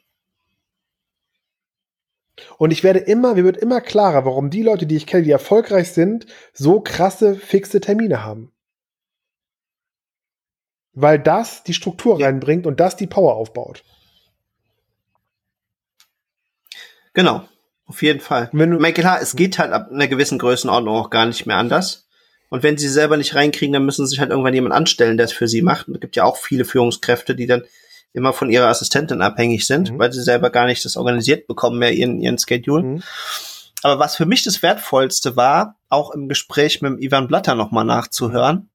Und mir wird immer klarer, warum die Leute, die ich kenne, die erfolgreich sind, so krasse, fixe Termine haben. Weil das die Struktur reinbringt und das die Power aufbaut. Genau, auf jeden Fall. Klar, es geht halt ab einer gewissen Größenordnung auch gar nicht mehr anders. Und wenn sie selber nicht reinkriegen, dann müssen sie sich halt irgendwann jemand anstellen, der es für sie macht. Und es gibt ja auch viele Führungskräfte, die dann immer von ihrer Assistentin abhängig sind, weil sie selber gar nicht das organisiert bekommen mehr, ihren Schedule. Mhm. Aber was für mich das Wertvollste war, auch im Gespräch mit dem Ivan Blatter nochmal nachzuhören,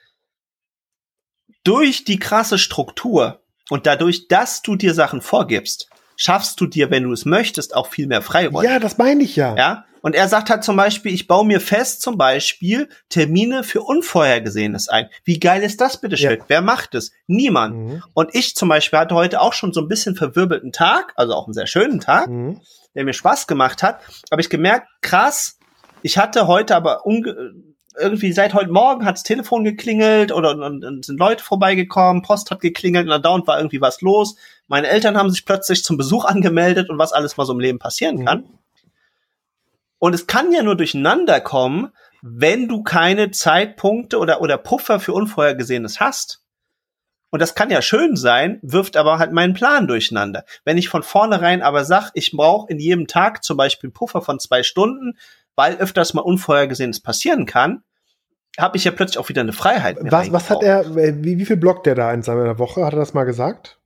durch die krasse Struktur und dadurch, dass du dir Sachen vorgibst, schaffst du dir, wenn du es möchtest, auch viel mehr Freiräume. Ja, das meine ich ja. Ja. Und er sagt halt zum Beispiel, ich baue mir fest zum Beispiel Termine für Unvorhergesehenes ein. Wie geil ist das bitte schön? Ja. Wer macht es? Niemand. Mhm. Und ich zum Beispiel hatte heute auch schon so ein bisschen verwirbelten Tag, also auch einen sehr schönen Tag, der mir Spaß gemacht hat. Aber ich gemerkt, krass, ich hatte heute aber irgendwie seit heute Morgen hat das Telefon geklingelt und sind Leute vorbeigekommen, Post hat geklingelt und dauernd war irgendwie was los. Meine Eltern haben sich plötzlich zum Besuch angemeldet und was alles mal so im Leben passieren kann. Und es kann ja nur durcheinander kommen, wenn du keine Zeitpunkte oder Puffer für Unvorhergesehenes hast. Und das kann ja schön sein, wirft aber halt meinen Plan durcheinander. Wenn ich von vornherein aber sage, ich brauche in jedem Tag zum Beispiel einen Puffer von 2 Stunden, weil öfters mal Unvorhergesehenes passieren kann, habe ich ja plötzlich auch wieder eine Freiheit. Was hat er, wie viel blockt der da in seiner Woche? Hat er das mal gesagt?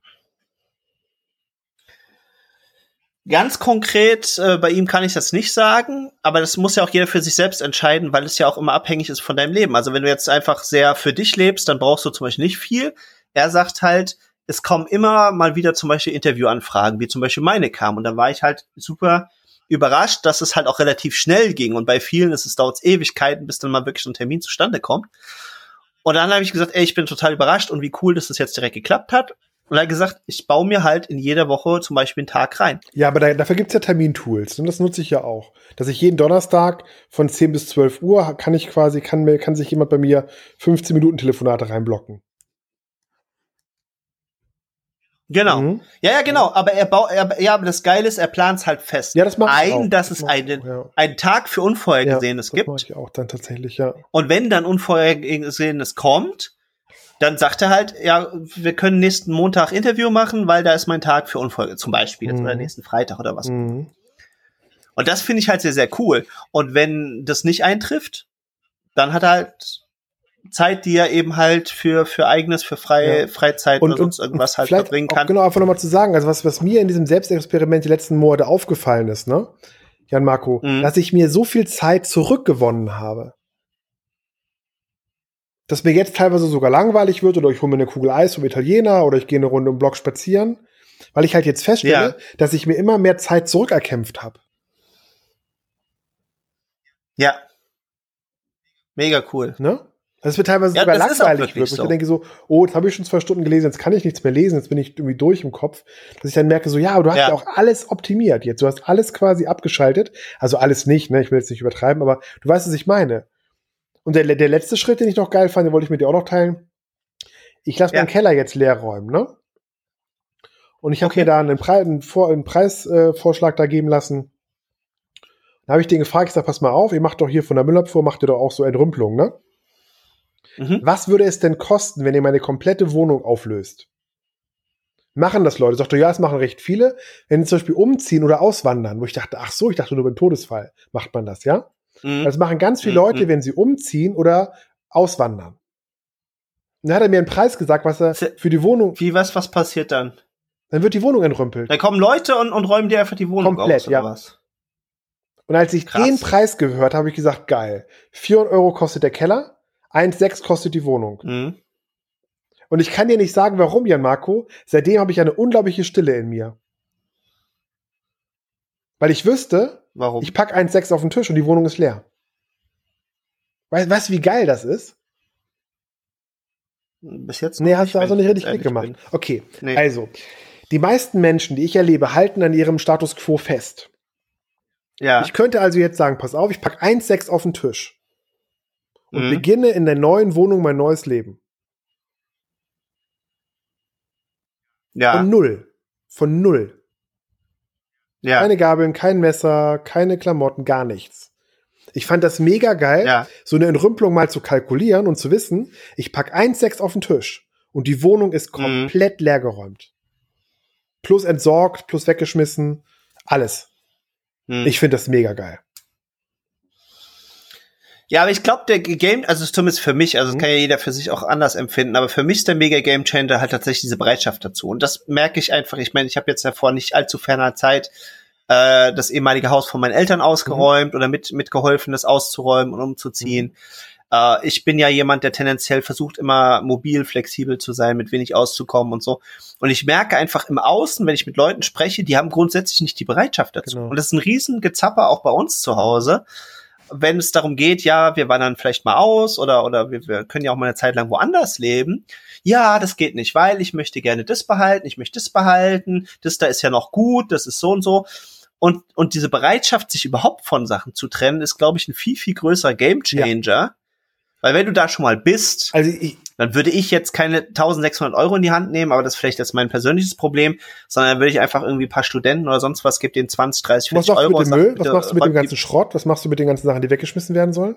Ganz konkret, bei ihm kann ich das nicht sagen, aber das muss ja auch jeder für sich selbst entscheiden, weil es ja auch immer abhängig ist von deinem Leben. Also wenn du jetzt einfach sehr für dich lebst, dann brauchst du zum Beispiel nicht viel. Er sagt halt, es kommen immer mal wieder zum Beispiel Interviewanfragen, wie zum Beispiel meine kamen. Und dann war ich halt super überrascht, dass es halt auch relativ schnell ging. Und bei vielen dauert es Ewigkeiten, bis dann mal wirklich so ein Termin zustande kommt. Und dann habe ich gesagt, ich bin total überrascht und wie cool, dass das jetzt direkt geklappt hat. Und er hat gesagt, ich baue mir halt in jeder Woche zum Beispiel einen Tag rein. Ja, aber dafür gibt's ja Termintools. Und das nutze ich ja auch. Dass ich jeden Donnerstag von 10 bis 12 Uhr kann sich jemand bei mir 15 Minuten Telefonate reinblocken. Genau. Mhm. Ja, genau. Aber aber das Geile ist, er plant es halt fest. Ja, das macht ich auch. Dass es einen Tag für Unvorhergesehenes gibt. Das mache ich auch dann tatsächlich, ja. Und wenn dann Unvorhergesehenes kommt, dann sagt er halt, ja, wir können nächsten Montag Interview machen, weil da ist mein Tag für Unfolge, zum Beispiel jetzt, oder nächsten Freitag oder was. Und das finde ich halt sehr, sehr cool. Und wenn das nicht eintrifft, dann hat er halt Zeit, die er eben halt für eigenes, für Freizeit oder sonst irgendwas halt verbringen kann. Genau, einfach nochmal zu sagen, also was mir in diesem Selbstexperiment die letzten Monate aufgefallen ist, ne, Jan Marco, dass ich mir so viel Zeit zurückgewonnen habe. Dass mir jetzt teilweise sogar langweilig wird oder ich hole mir eine Kugel Eis vom Italiener oder ich gehe eine Runde im Block spazieren, weil ich halt jetzt feststelle, dass ich mir immer mehr Zeit zurückerkämpft habe. Ja. Mega cool. Ne? Das wird teilweise sogar langweilig wird. Ich denke so, jetzt habe ich schon 2 Stunden gelesen, jetzt kann ich nichts mehr lesen, jetzt bin ich irgendwie durch im Kopf. Dass ich dann merke so, aber du hast ja auch alles optimiert jetzt. Du hast alles quasi abgeschaltet. Also alles nicht, ne? Ich will jetzt nicht übertreiben, aber du weißt, was ich meine. Und der letzte Schritt, den ich noch geil fand, den wollte ich mit dir auch noch teilen. Ich lasse meinen Keller jetzt leer räumen, ne? Und ich habe mir da einen Preisvorschlag da geben lassen. Da habe ich den gefragt, ich sag, pass mal auf, ihr macht doch hier von der Müllabfuhr, macht ihr doch auch so Entrümpelung, ne? Was würde es denn kosten, wenn ihr meine komplette Wohnung auflöst? Machen das Leute? Sagt doch, es machen recht viele. Wenn sie zum Beispiel umziehen oder auswandern, wo ich dachte, ich dachte nur beim Todesfall macht man das, ja? Das machen ganz viele Leute, wenn sie umziehen oder auswandern. Und dann hat er mir einen Preis gesagt, was er für die Wohnung... Was passiert dann? Dann wird die Wohnung entrümpelt. Da kommen Leute und räumen dir einfach die Wohnung komplett, aus, oder was? Und als ich den Preis gehört habe, habe ich gesagt, geil. 400 € kostet der Keller, 1,6 kostet die Wohnung. Und ich kann dir nicht sagen, warum, Jan Marco. Seitdem habe ich eine unglaubliche Stille in mir. Weil ich wüsste, warum? Ich packe 1,6 auf den Tisch und die Wohnung ist leer. Weißt du, wie geil das ist? Bis jetzt hast du also nicht richtig mitgemacht. Okay, also, die meisten Menschen, die ich erlebe, halten an ihrem Status quo fest. Ja. Ich könnte also jetzt sagen, pass auf, ich packe 1,6 auf den Tisch und beginne in der neuen Wohnung mein neues Leben. Ja. Von null. Ja. Keine Gabeln, kein Messer, keine Klamotten, gar nichts. Ich fand das mega geil, so eine Entrümpelung mal zu kalkulieren und zu wissen, ich pack 1,6 auf den Tisch und die Wohnung ist komplett leergeräumt. Plus entsorgt, plus weggeschmissen, alles. Ich finde das mega geil. Ja, aber ich glaube, der Game, also zumindest für mich, also das kann ja jeder für sich auch anders empfinden, aber für mich ist der mega Game Changer halt tatsächlich diese Bereitschaft dazu. Und das merke ich einfach, ich meine, ich habe jetzt ja vor nicht allzu ferner Zeit das ehemalige Haus von meinen Eltern ausgeräumt oder mitgeholfen, das auszuräumen und umzuziehen. Ich bin ja jemand, der tendenziell versucht, immer mobil, flexibel zu sein, mit wenig auszukommen und so. Und ich merke einfach im Außen, wenn ich mit Leuten spreche, die haben grundsätzlich nicht die Bereitschaft dazu. Genau. Und das ist ein riesen Gezapper auch bei uns zu Hause. Wenn es darum geht, wir wandern vielleicht mal aus oder wir können ja auch mal eine Zeit lang woanders leben. Ja, das geht nicht, weil ich möchte gerne das behalten, ich möchte das behalten, das da ist ja noch gut, das ist so und so. Und diese Bereitschaft, sich überhaupt von Sachen zu trennen, ist, glaube ich, ein viel, viel größerer Gamechanger. Ja. Weil wenn du da schon mal bist, dann würde ich jetzt keine 1.600 € in die Hand nehmen, aber das ist vielleicht jetzt mein persönliches Problem, sondern dann würde ich einfach irgendwie ein paar Studenten oder sonst was, gebe denen 20, 30, 40 Euro. Was machst du mit dem Müll? Was machst du mit dem ganzen Schrott? Was machst du mit den ganzen Sachen, die weggeschmissen werden sollen?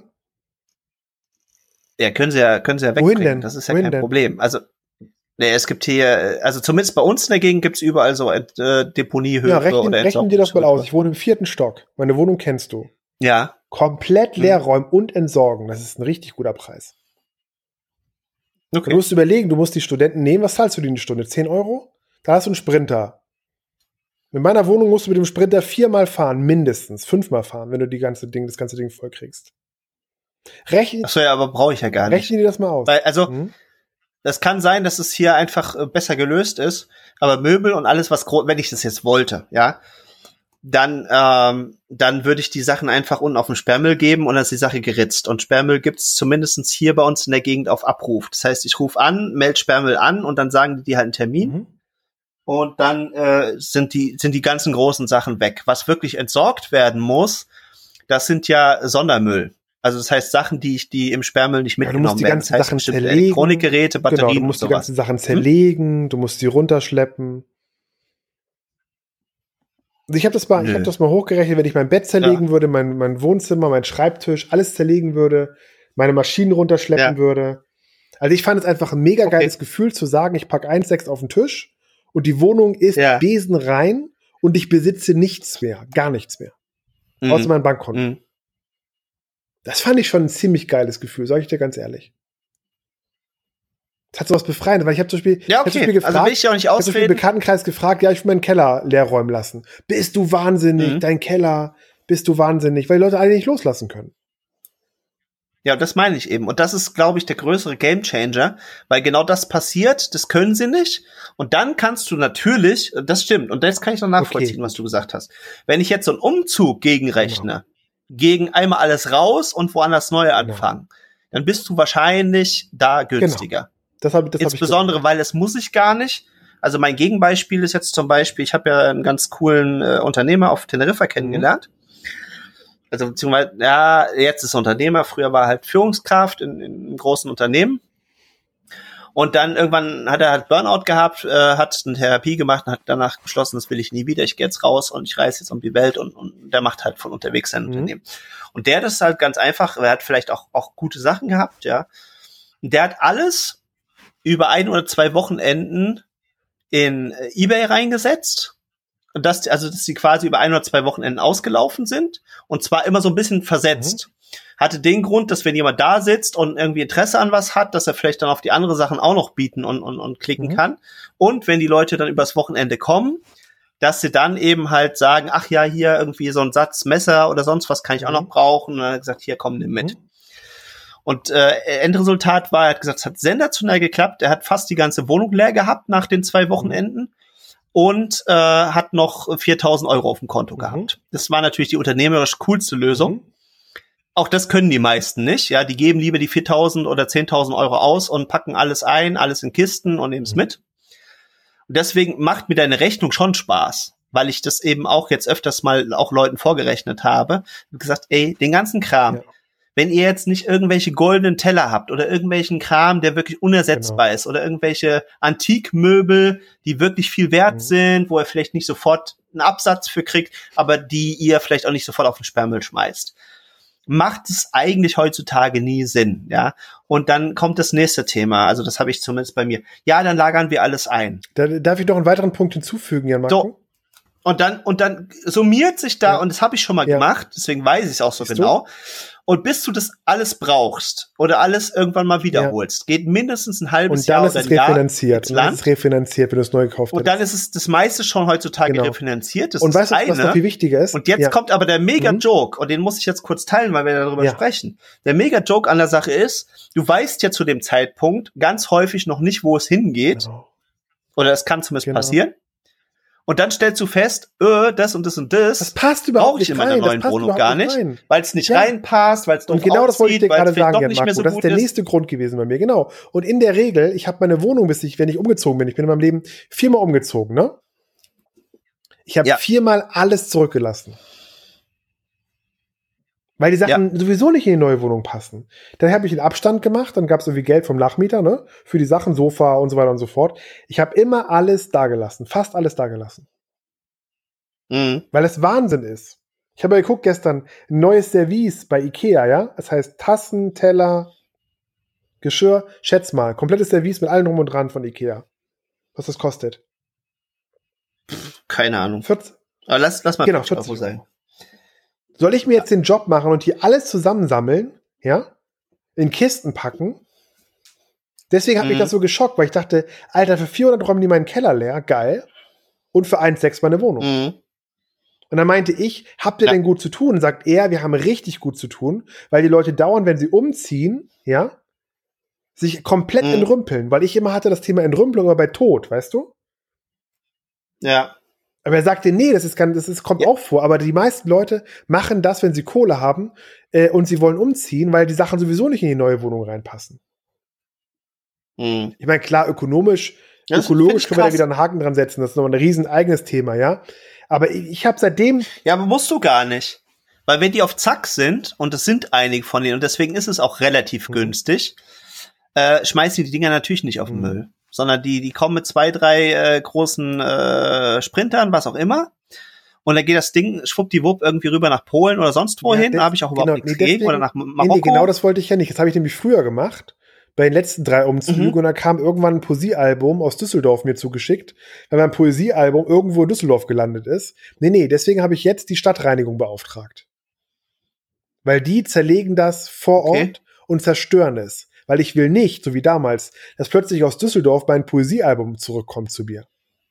Ja, können sie ja wegbringen. Wohin denn? Das ist ja kein Problem. Also, es gibt hier, also zumindest bei uns in der Gegend gibt's überall so Deponiehöfe oder rechnen dir das mal aus. Ich wohne im 4. Stock. Meine Wohnung kennst du. Ja. komplett leer räumen und entsorgen. Das ist ein richtig guter Preis. Okay. Du musst überlegen, du musst die Studenten nehmen. Was zahlst du die eine Stunde? 10 €? Da hast du einen Sprinter. In meiner Wohnung musst du mit dem Sprinter 4-mal fahren, mindestens 5-mal fahren, wenn du das ganze Ding voll kriegst. Achso, ja, aber brauche ich ja gar nicht. Rechne dir das mal aus. Weil, das kann sein, dass es hier einfach besser gelöst ist, aber Möbel und alles, was wenn ich das jetzt wollte, ja, dann würde ich die Sachen einfach unten auf den Sperrmüll geben und dann ist die Sache geritzt. Und Sperrmüll gibt's zumindest hier bei uns in der Gegend auf Abruf. Das heißt, ich rufe an, melde Sperrmüll an und dann sagen die halt einen Termin. Und dann sind die ganzen großen Sachen weg. Was wirklich entsorgt werden muss, das sind ja Sondermüll. Also das heißt Sachen, die im Sperrmüll nicht mitgenommen werden. Du musst die ganzen Sachen zerlegen. Elektronikgeräte, Batterien, genau, du musst die ganzen Sachen zerlegen, du musst sie runterschleppen. Also ich habe das mal hochgerechnet, wenn ich mein Bett zerlegen würde, mein Wohnzimmer, mein Schreibtisch, alles zerlegen würde, meine Maschinen runterschleppen würde. Also ich fand es einfach ein mega geiles Gefühl zu sagen, ich packe 1,6 auf den Tisch und die Wohnung ist besenrein und ich besitze nichts mehr, gar nichts mehr. Außer mein Bankkonto. Das fand ich schon ein ziemlich geiles Gefühl, sage ich dir ganz ehrlich. Das hat so was Befreiendes, weil ich habe zum Beispiel, gefragt, also will ich ja auch nicht ausreden. Ich habe im Bekanntenkreis gefragt, ich will meinen Keller leer räumen lassen. Bist du wahnsinnig, dein Keller, bist du wahnsinnig, weil die Leute alle nicht loslassen können. Ja, das meine ich eben. Und das ist, glaube ich, der größere Gamechanger, weil genau das passiert, das können sie nicht. Und dann kannst du natürlich, das stimmt, und das kann ich noch nachvollziehen, was du gesagt hast. Wenn ich jetzt so einen Umzug gegenrechne, gegen einmal alles raus und woanders neu anfangen, dann bist du wahrscheinlich da günstiger. Genau. Das hab insbesondere, weil es muss ich gar nicht. Also mein Gegenbeispiel ist jetzt zum Beispiel, ich habe ja einen ganz coolen Unternehmer auf Teneriffa kennengelernt. Also beziehungsweise, ja, jetzt ist er Unternehmer, früher war er halt Führungskraft in einem großen Unternehmen. Und dann irgendwann hat er halt Burnout gehabt, hat eine Therapie gemacht und hat danach beschlossen, das will ich nie wieder, ich gehe jetzt raus und ich reise jetzt um die Welt und der macht halt von unterwegs sein Unternehmen. Und der, das ist halt ganz einfach, er hat vielleicht auch gute Sachen gehabt, ja. Und der hat alles über 1 oder 2 Wochenenden in eBay reingesetzt. Und dass die quasi über 1 oder 2 Wochenenden ausgelaufen sind. Und zwar immer so ein bisschen versetzt. Hatte den Grund, dass wenn jemand da sitzt und irgendwie Interesse an was hat, dass er vielleicht dann auf die andere Sachen auch noch bieten und klicken kann. Und wenn die Leute dann übers Wochenende kommen, dass sie dann eben halt sagen, ach ja, hier irgendwie so ein Satz Messer oder sonst was kann ich auch noch brauchen. Und dann hat er gesagt, hier, komm, nimm mit. Und Endresultat war, er hat gesagt, es hat sensationell geklappt. Er hat fast die ganze Wohnung leer gehabt nach den 2 Wochenenden und hat noch 4.000 € auf dem Konto gehabt. Das war natürlich die unternehmerisch coolste Lösung. Auch das können die meisten nicht. Ja, die geben lieber die 4.000 oder 10.000 € aus und packen alles ein, alles in Kisten und nehmen es mit. Und deswegen macht mir deine Rechnung schon Spaß, weil ich das eben auch jetzt öfters mal auch Leuten vorgerechnet habe und gesagt, ey, den ganzen Kram, wenn ihr jetzt nicht irgendwelche goldenen Teller habt oder irgendwelchen Kram, der wirklich unersetzbar ist oder irgendwelche Antikmöbel, die wirklich viel wert sind, wo ihr vielleicht nicht sofort einen Absatz für kriegt, aber die ihr vielleicht auch nicht sofort auf den Sperrmüll schmeißt, macht es eigentlich heutzutage nie Sinn, ja. Und dann kommt das nächste Thema, also das habe ich zumindest bei mir. Ja, dann lagern wir alles ein. Darf ich noch einen weiteren Punkt hinzufügen, Jan Marco? So. Und dann summiert sich da, und das habe ich schon mal gemacht, deswegen weiß ich es auch so genau. Und bis du das alles brauchst oder alles irgendwann mal wiederholst, geht mindestens ein halbes Jahr oder ein Jahr refinanziert. Und dann ist es refinanziert, wenn du es neu gekauft hast. Und dann ist es das meiste schon heutzutage refinanziert. Das und ist weißt du, was noch viel wichtiger ist? Und jetzt kommt aber der Mega-Joke, und den muss ich jetzt kurz teilen, weil wir darüber sprechen. Der Mega-Joke an der Sache ist, du weißt ja zu dem Zeitpunkt ganz häufig noch nicht, wo es hingeht. Oder es kann zumindest passieren. Und dann stellst du fest, das und das und das passt überhaupt nicht in meiner neuen Wohnung gar nicht, weil es nicht reinpasst, weil es doof aussieht, genau das wollte ich dir gerade sagen, Jan Marco. So das ist der nächste Grund gewesen bei mir, genau. Und in der Regel, ich habe meine Wohnung, wenn ich umgezogen bin, ich bin in meinem Leben 4-mal umgezogen, ne? Ich habe 4-mal alles zurückgelassen. Weil die Sachen sowieso nicht in die neue Wohnung passen. Dann habe ich einen Abstand gemacht, dann gab es irgendwie Geld vom Nachmieter, ne? Für die Sachen, Sofa und so weiter und so fort. Ich habe immer alles dagelassen, fast alles dagelassen. Weil es Wahnsinn ist. Ich habe geguckt gestern, ein neues Service bei Ikea, ja? Das heißt Tassen, Teller, Geschirr, schätz mal, komplettes Service mit allem drum und dran von Ikea. Was das kostet? Keine Ahnung. 40. Aber lass mal 40 Euro sein. Soll ich mir jetzt den Job machen und hier alles zusammensammeln, ja, in Kisten packen? Deswegen hat mich das so geschockt, weil ich dachte, Alter, für 400 räumen die meinen Keller leer, geil. Und für 1,6 meine Wohnung. Und dann meinte ich, habt ihr denn gut zu tun? Und sagt er, wir haben richtig gut zu tun, weil die Leute dauernd, wenn sie umziehen, ja, sich komplett entrümpeln. Weil ich immer hatte das Thema Entrümpelung aber bei Tod, weißt du? Ja. Aber er sagte, nee, kommt auch vor. Aber die meisten Leute machen das, wenn sie Kohle haben und sie wollen umziehen, weil die Sachen sowieso nicht in die neue Wohnung reinpassen. Ich meine, klar, ökologisch können wir da wieder einen Haken dran setzen. Das ist noch ein riesen eigenes Thema, ja. Aber ich habe seitdem... Ja, aber musst du gar nicht. Weil wenn die auf Zack sind, und es sind einige von denen, und deswegen ist es auch relativ günstig, schmeißen die Dinger natürlich nicht auf den Müll. Sondern die kommen mit 2, 3 großen Sprintern, was auch immer. Und dann geht das Ding schwuppdiwupp irgendwie rüber nach Polen oder sonst wohin. Da habe ich auch überhaupt nichts gegen. Oder nach Marokko. Nee, genau das wollte ich ja nicht. Das habe ich nämlich früher gemacht. Bei den letzten 3 Umzügen. Und da kam irgendwann ein Poesiealbum aus Düsseldorf mir zugeschickt, weil mein Poesiealbum irgendwo in Düsseldorf gelandet ist. Nee, deswegen habe ich jetzt die Stadtreinigung beauftragt. Weil die zerlegen das vor Ort und zerstören es. Weil ich will nicht, so wie damals, dass plötzlich aus Düsseldorf mein Poesiealbum zurückkommt zu mir.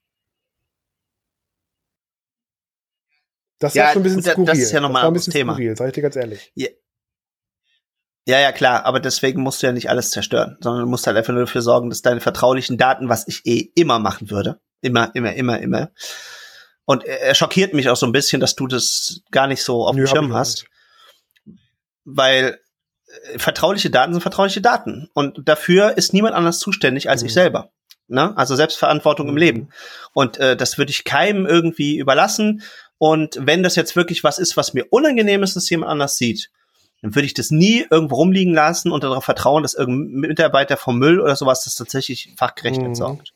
Das war schon ein bisschen skurril. Das ist ja nochmal ein Thema. Skurril, sag ich dir ganz ehrlich. Ja, klar, aber deswegen musst du ja nicht alles zerstören, sondern du musst halt einfach nur dafür sorgen, dass deine vertraulichen Daten, was ich immer machen würde, immer. Und er schockiert mich auch so ein bisschen, dass du das gar nicht so auf dem Schirm hast. Weil vertrauliche Daten sind vertrauliche Daten. Und dafür ist niemand anders zuständig als ich selber. Ne? Also Selbstverantwortung im Leben. Und das würde ich keinem irgendwie überlassen. Und wenn das jetzt wirklich was ist, was mir unangenehm ist, dass jemand anders sieht, dann würde ich das nie irgendwo rumliegen lassen und darauf vertrauen, dass irgendein Mitarbeiter vom Müll oder sowas das tatsächlich fachgerecht entsorgt.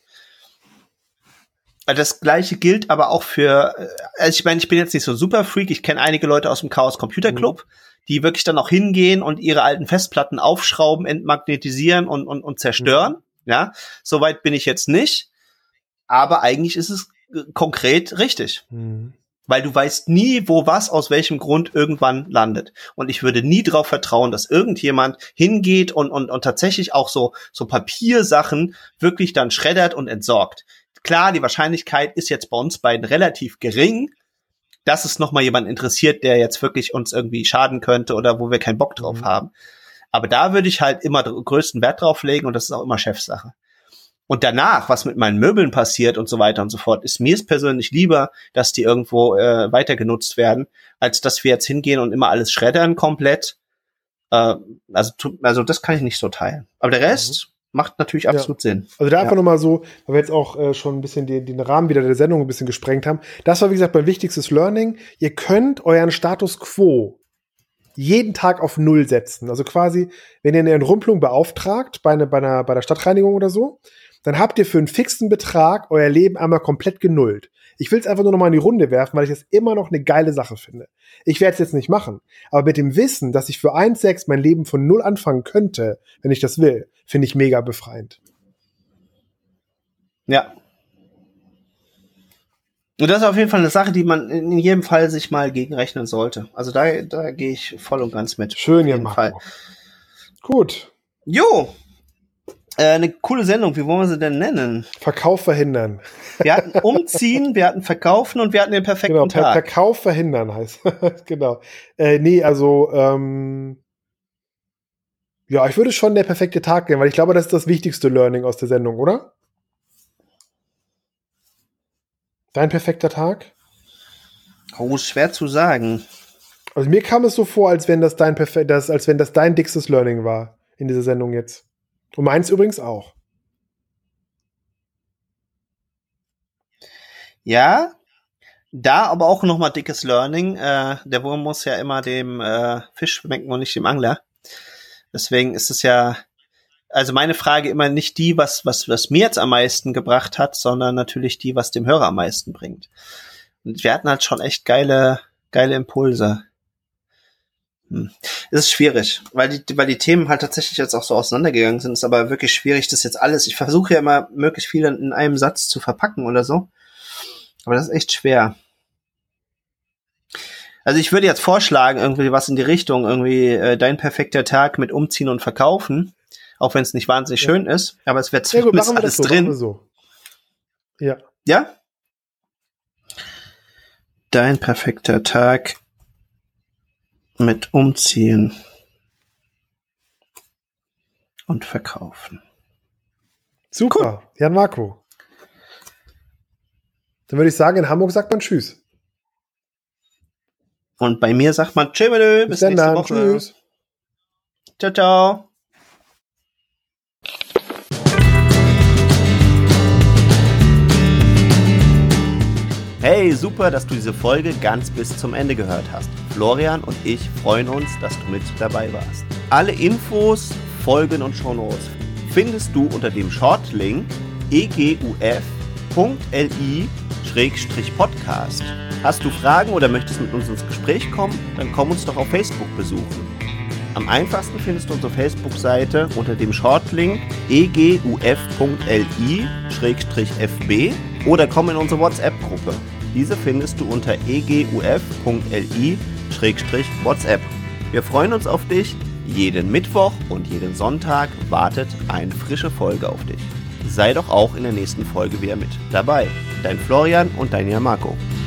Das Gleiche gilt aber auch für, also ich meine, ich bin jetzt nicht so ein Superfreak, ich kenne einige Leute aus dem Chaos Computer Club, die wirklich dann auch hingehen und ihre alten Festplatten aufschrauben, entmagnetisieren und zerstören. Ja, soweit bin ich jetzt nicht. Aber eigentlich ist es konkret richtig. Weil du weißt nie, wo was aus welchem Grund irgendwann landet. Und ich würde nie darauf vertrauen, dass irgendjemand hingeht und tatsächlich auch so Papiersachen wirklich dann schreddert und entsorgt. Klar, die Wahrscheinlichkeit ist jetzt bei uns beiden relativ gering, dass es noch mal jemand interessiert, der jetzt wirklich uns irgendwie schaden könnte oder wo wir keinen Bock drauf haben. Aber da würde ich halt immer größten Wert drauf legen und das ist auch immer Chefsache. Und danach, was mit meinen Möbeln passiert und so weiter und so fort, ist mir es persönlich lieber, dass die irgendwo weiter genutzt werden, als dass wir jetzt hingehen und immer alles schreddern komplett. Also das kann ich nicht so teilen. Aber der Rest macht natürlich absolut Sinn. Also da einfach nochmal so, weil wir jetzt auch schon ein bisschen den Rahmen wieder der Sendung ein bisschen gesprengt haben. Das war, wie gesagt, mein wichtigstes Learning. Ihr könnt euren Status quo jeden Tag auf 0 setzen. Also quasi, wenn ihr eine Entrümpelung beauftragt bei der Stadtreinigung oder so, dann habt ihr für einen fixen Betrag euer Leben einmal komplett genullt. Ich will es einfach nur noch mal in die Runde werfen, weil ich es immer noch eine geile Sache finde. Ich werde es jetzt nicht machen, aber mit dem Wissen, dass ich für 1,6 mein Leben von 0 anfangen könnte, wenn ich das will, finde ich mega befreiend. Ja. Und das ist auf jeden Fall eine Sache, die man in jedem Fall sich mal gegenrechnen sollte. Also da gehe ich voll und ganz mit. Schön, ja, Fall. Gut. Jo. Eine coole Sendung. Wie wollen wir sie denn nennen? Verkauf verhindern. Wir hatten umziehen, wir hatten verkaufen und wir hatten den perfekten Tag. Verkauf verhindern heißt. Genau. Ja, ich würde schon der perfekte Tag nehmen, weil ich glaube, das ist das wichtigste Learning aus der Sendung, oder? Dein perfekter Tag? Oh, schwer zu sagen. Also mir kam es so vor, als wenn das dein dickstes Learning war in dieser Sendung jetzt. Und meins übrigens auch. Ja, da aber auch nochmal dickes Learning. Der Wurm muss ja immer dem Fisch schmecken und nicht dem Angler. Deswegen ist es ja, also meine Frage immer nicht die, was mir jetzt am meisten gebracht hat, sondern natürlich die, was dem Hörer am meisten bringt. Und wir hatten halt schon echt geile Impulse. Es ist schwierig, weil die Themen halt tatsächlich jetzt auch so auseinandergegangen sind. Es ist aber wirklich schwierig, das jetzt alles, ich versuche ja immer möglichst viel in einem Satz zu verpacken oder so. Aber das ist echt schwer. Also ich würde jetzt vorschlagen, irgendwie was in die Richtung, irgendwie dein perfekter Tag mit Umziehen und Verkaufen, auch wenn es nicht wahnsinnig schön ist, aber es wird zumindest alles drin. So. Ja. Ja? Dein perfekter Tag mit Umziehen und Verkaufen. Super, cool. Jan Marco. Dann würde ich sagen, in Hamburg sagt man Tschüss. Und bei mir sagt man Tschüss, bis nächste Woche. Tschüss. Ciao, ciao. Hey, super, dass du diese Folge ganz bis zum Ende gehört hast. Florian und ich freuen uns, dass du mit dabei warst. Alle Infos, Folgen und Shownotes findest du unter dem Shortlink eguf.li/podcast. Hast du Fragen oder möchtest mit uns ins Gespräch kommen? Dann komm uns doch auf Facebook besuchen. Am einfachsten findest du unsere Facebook-Seite unter dem Shortlink eguf.li/fb oder komm in unsere WhatsApp-Gruppe. Diese findest du unter eguf.li/WhatsApp. Wir freuen uns auf dich. Jeden Mittwoch und jeden Sonntag wartet eine frische Folge auf dich. Sei doch auch in der nächsten Folge wieder mit dabei. Dein Florian und dein Jan Marco.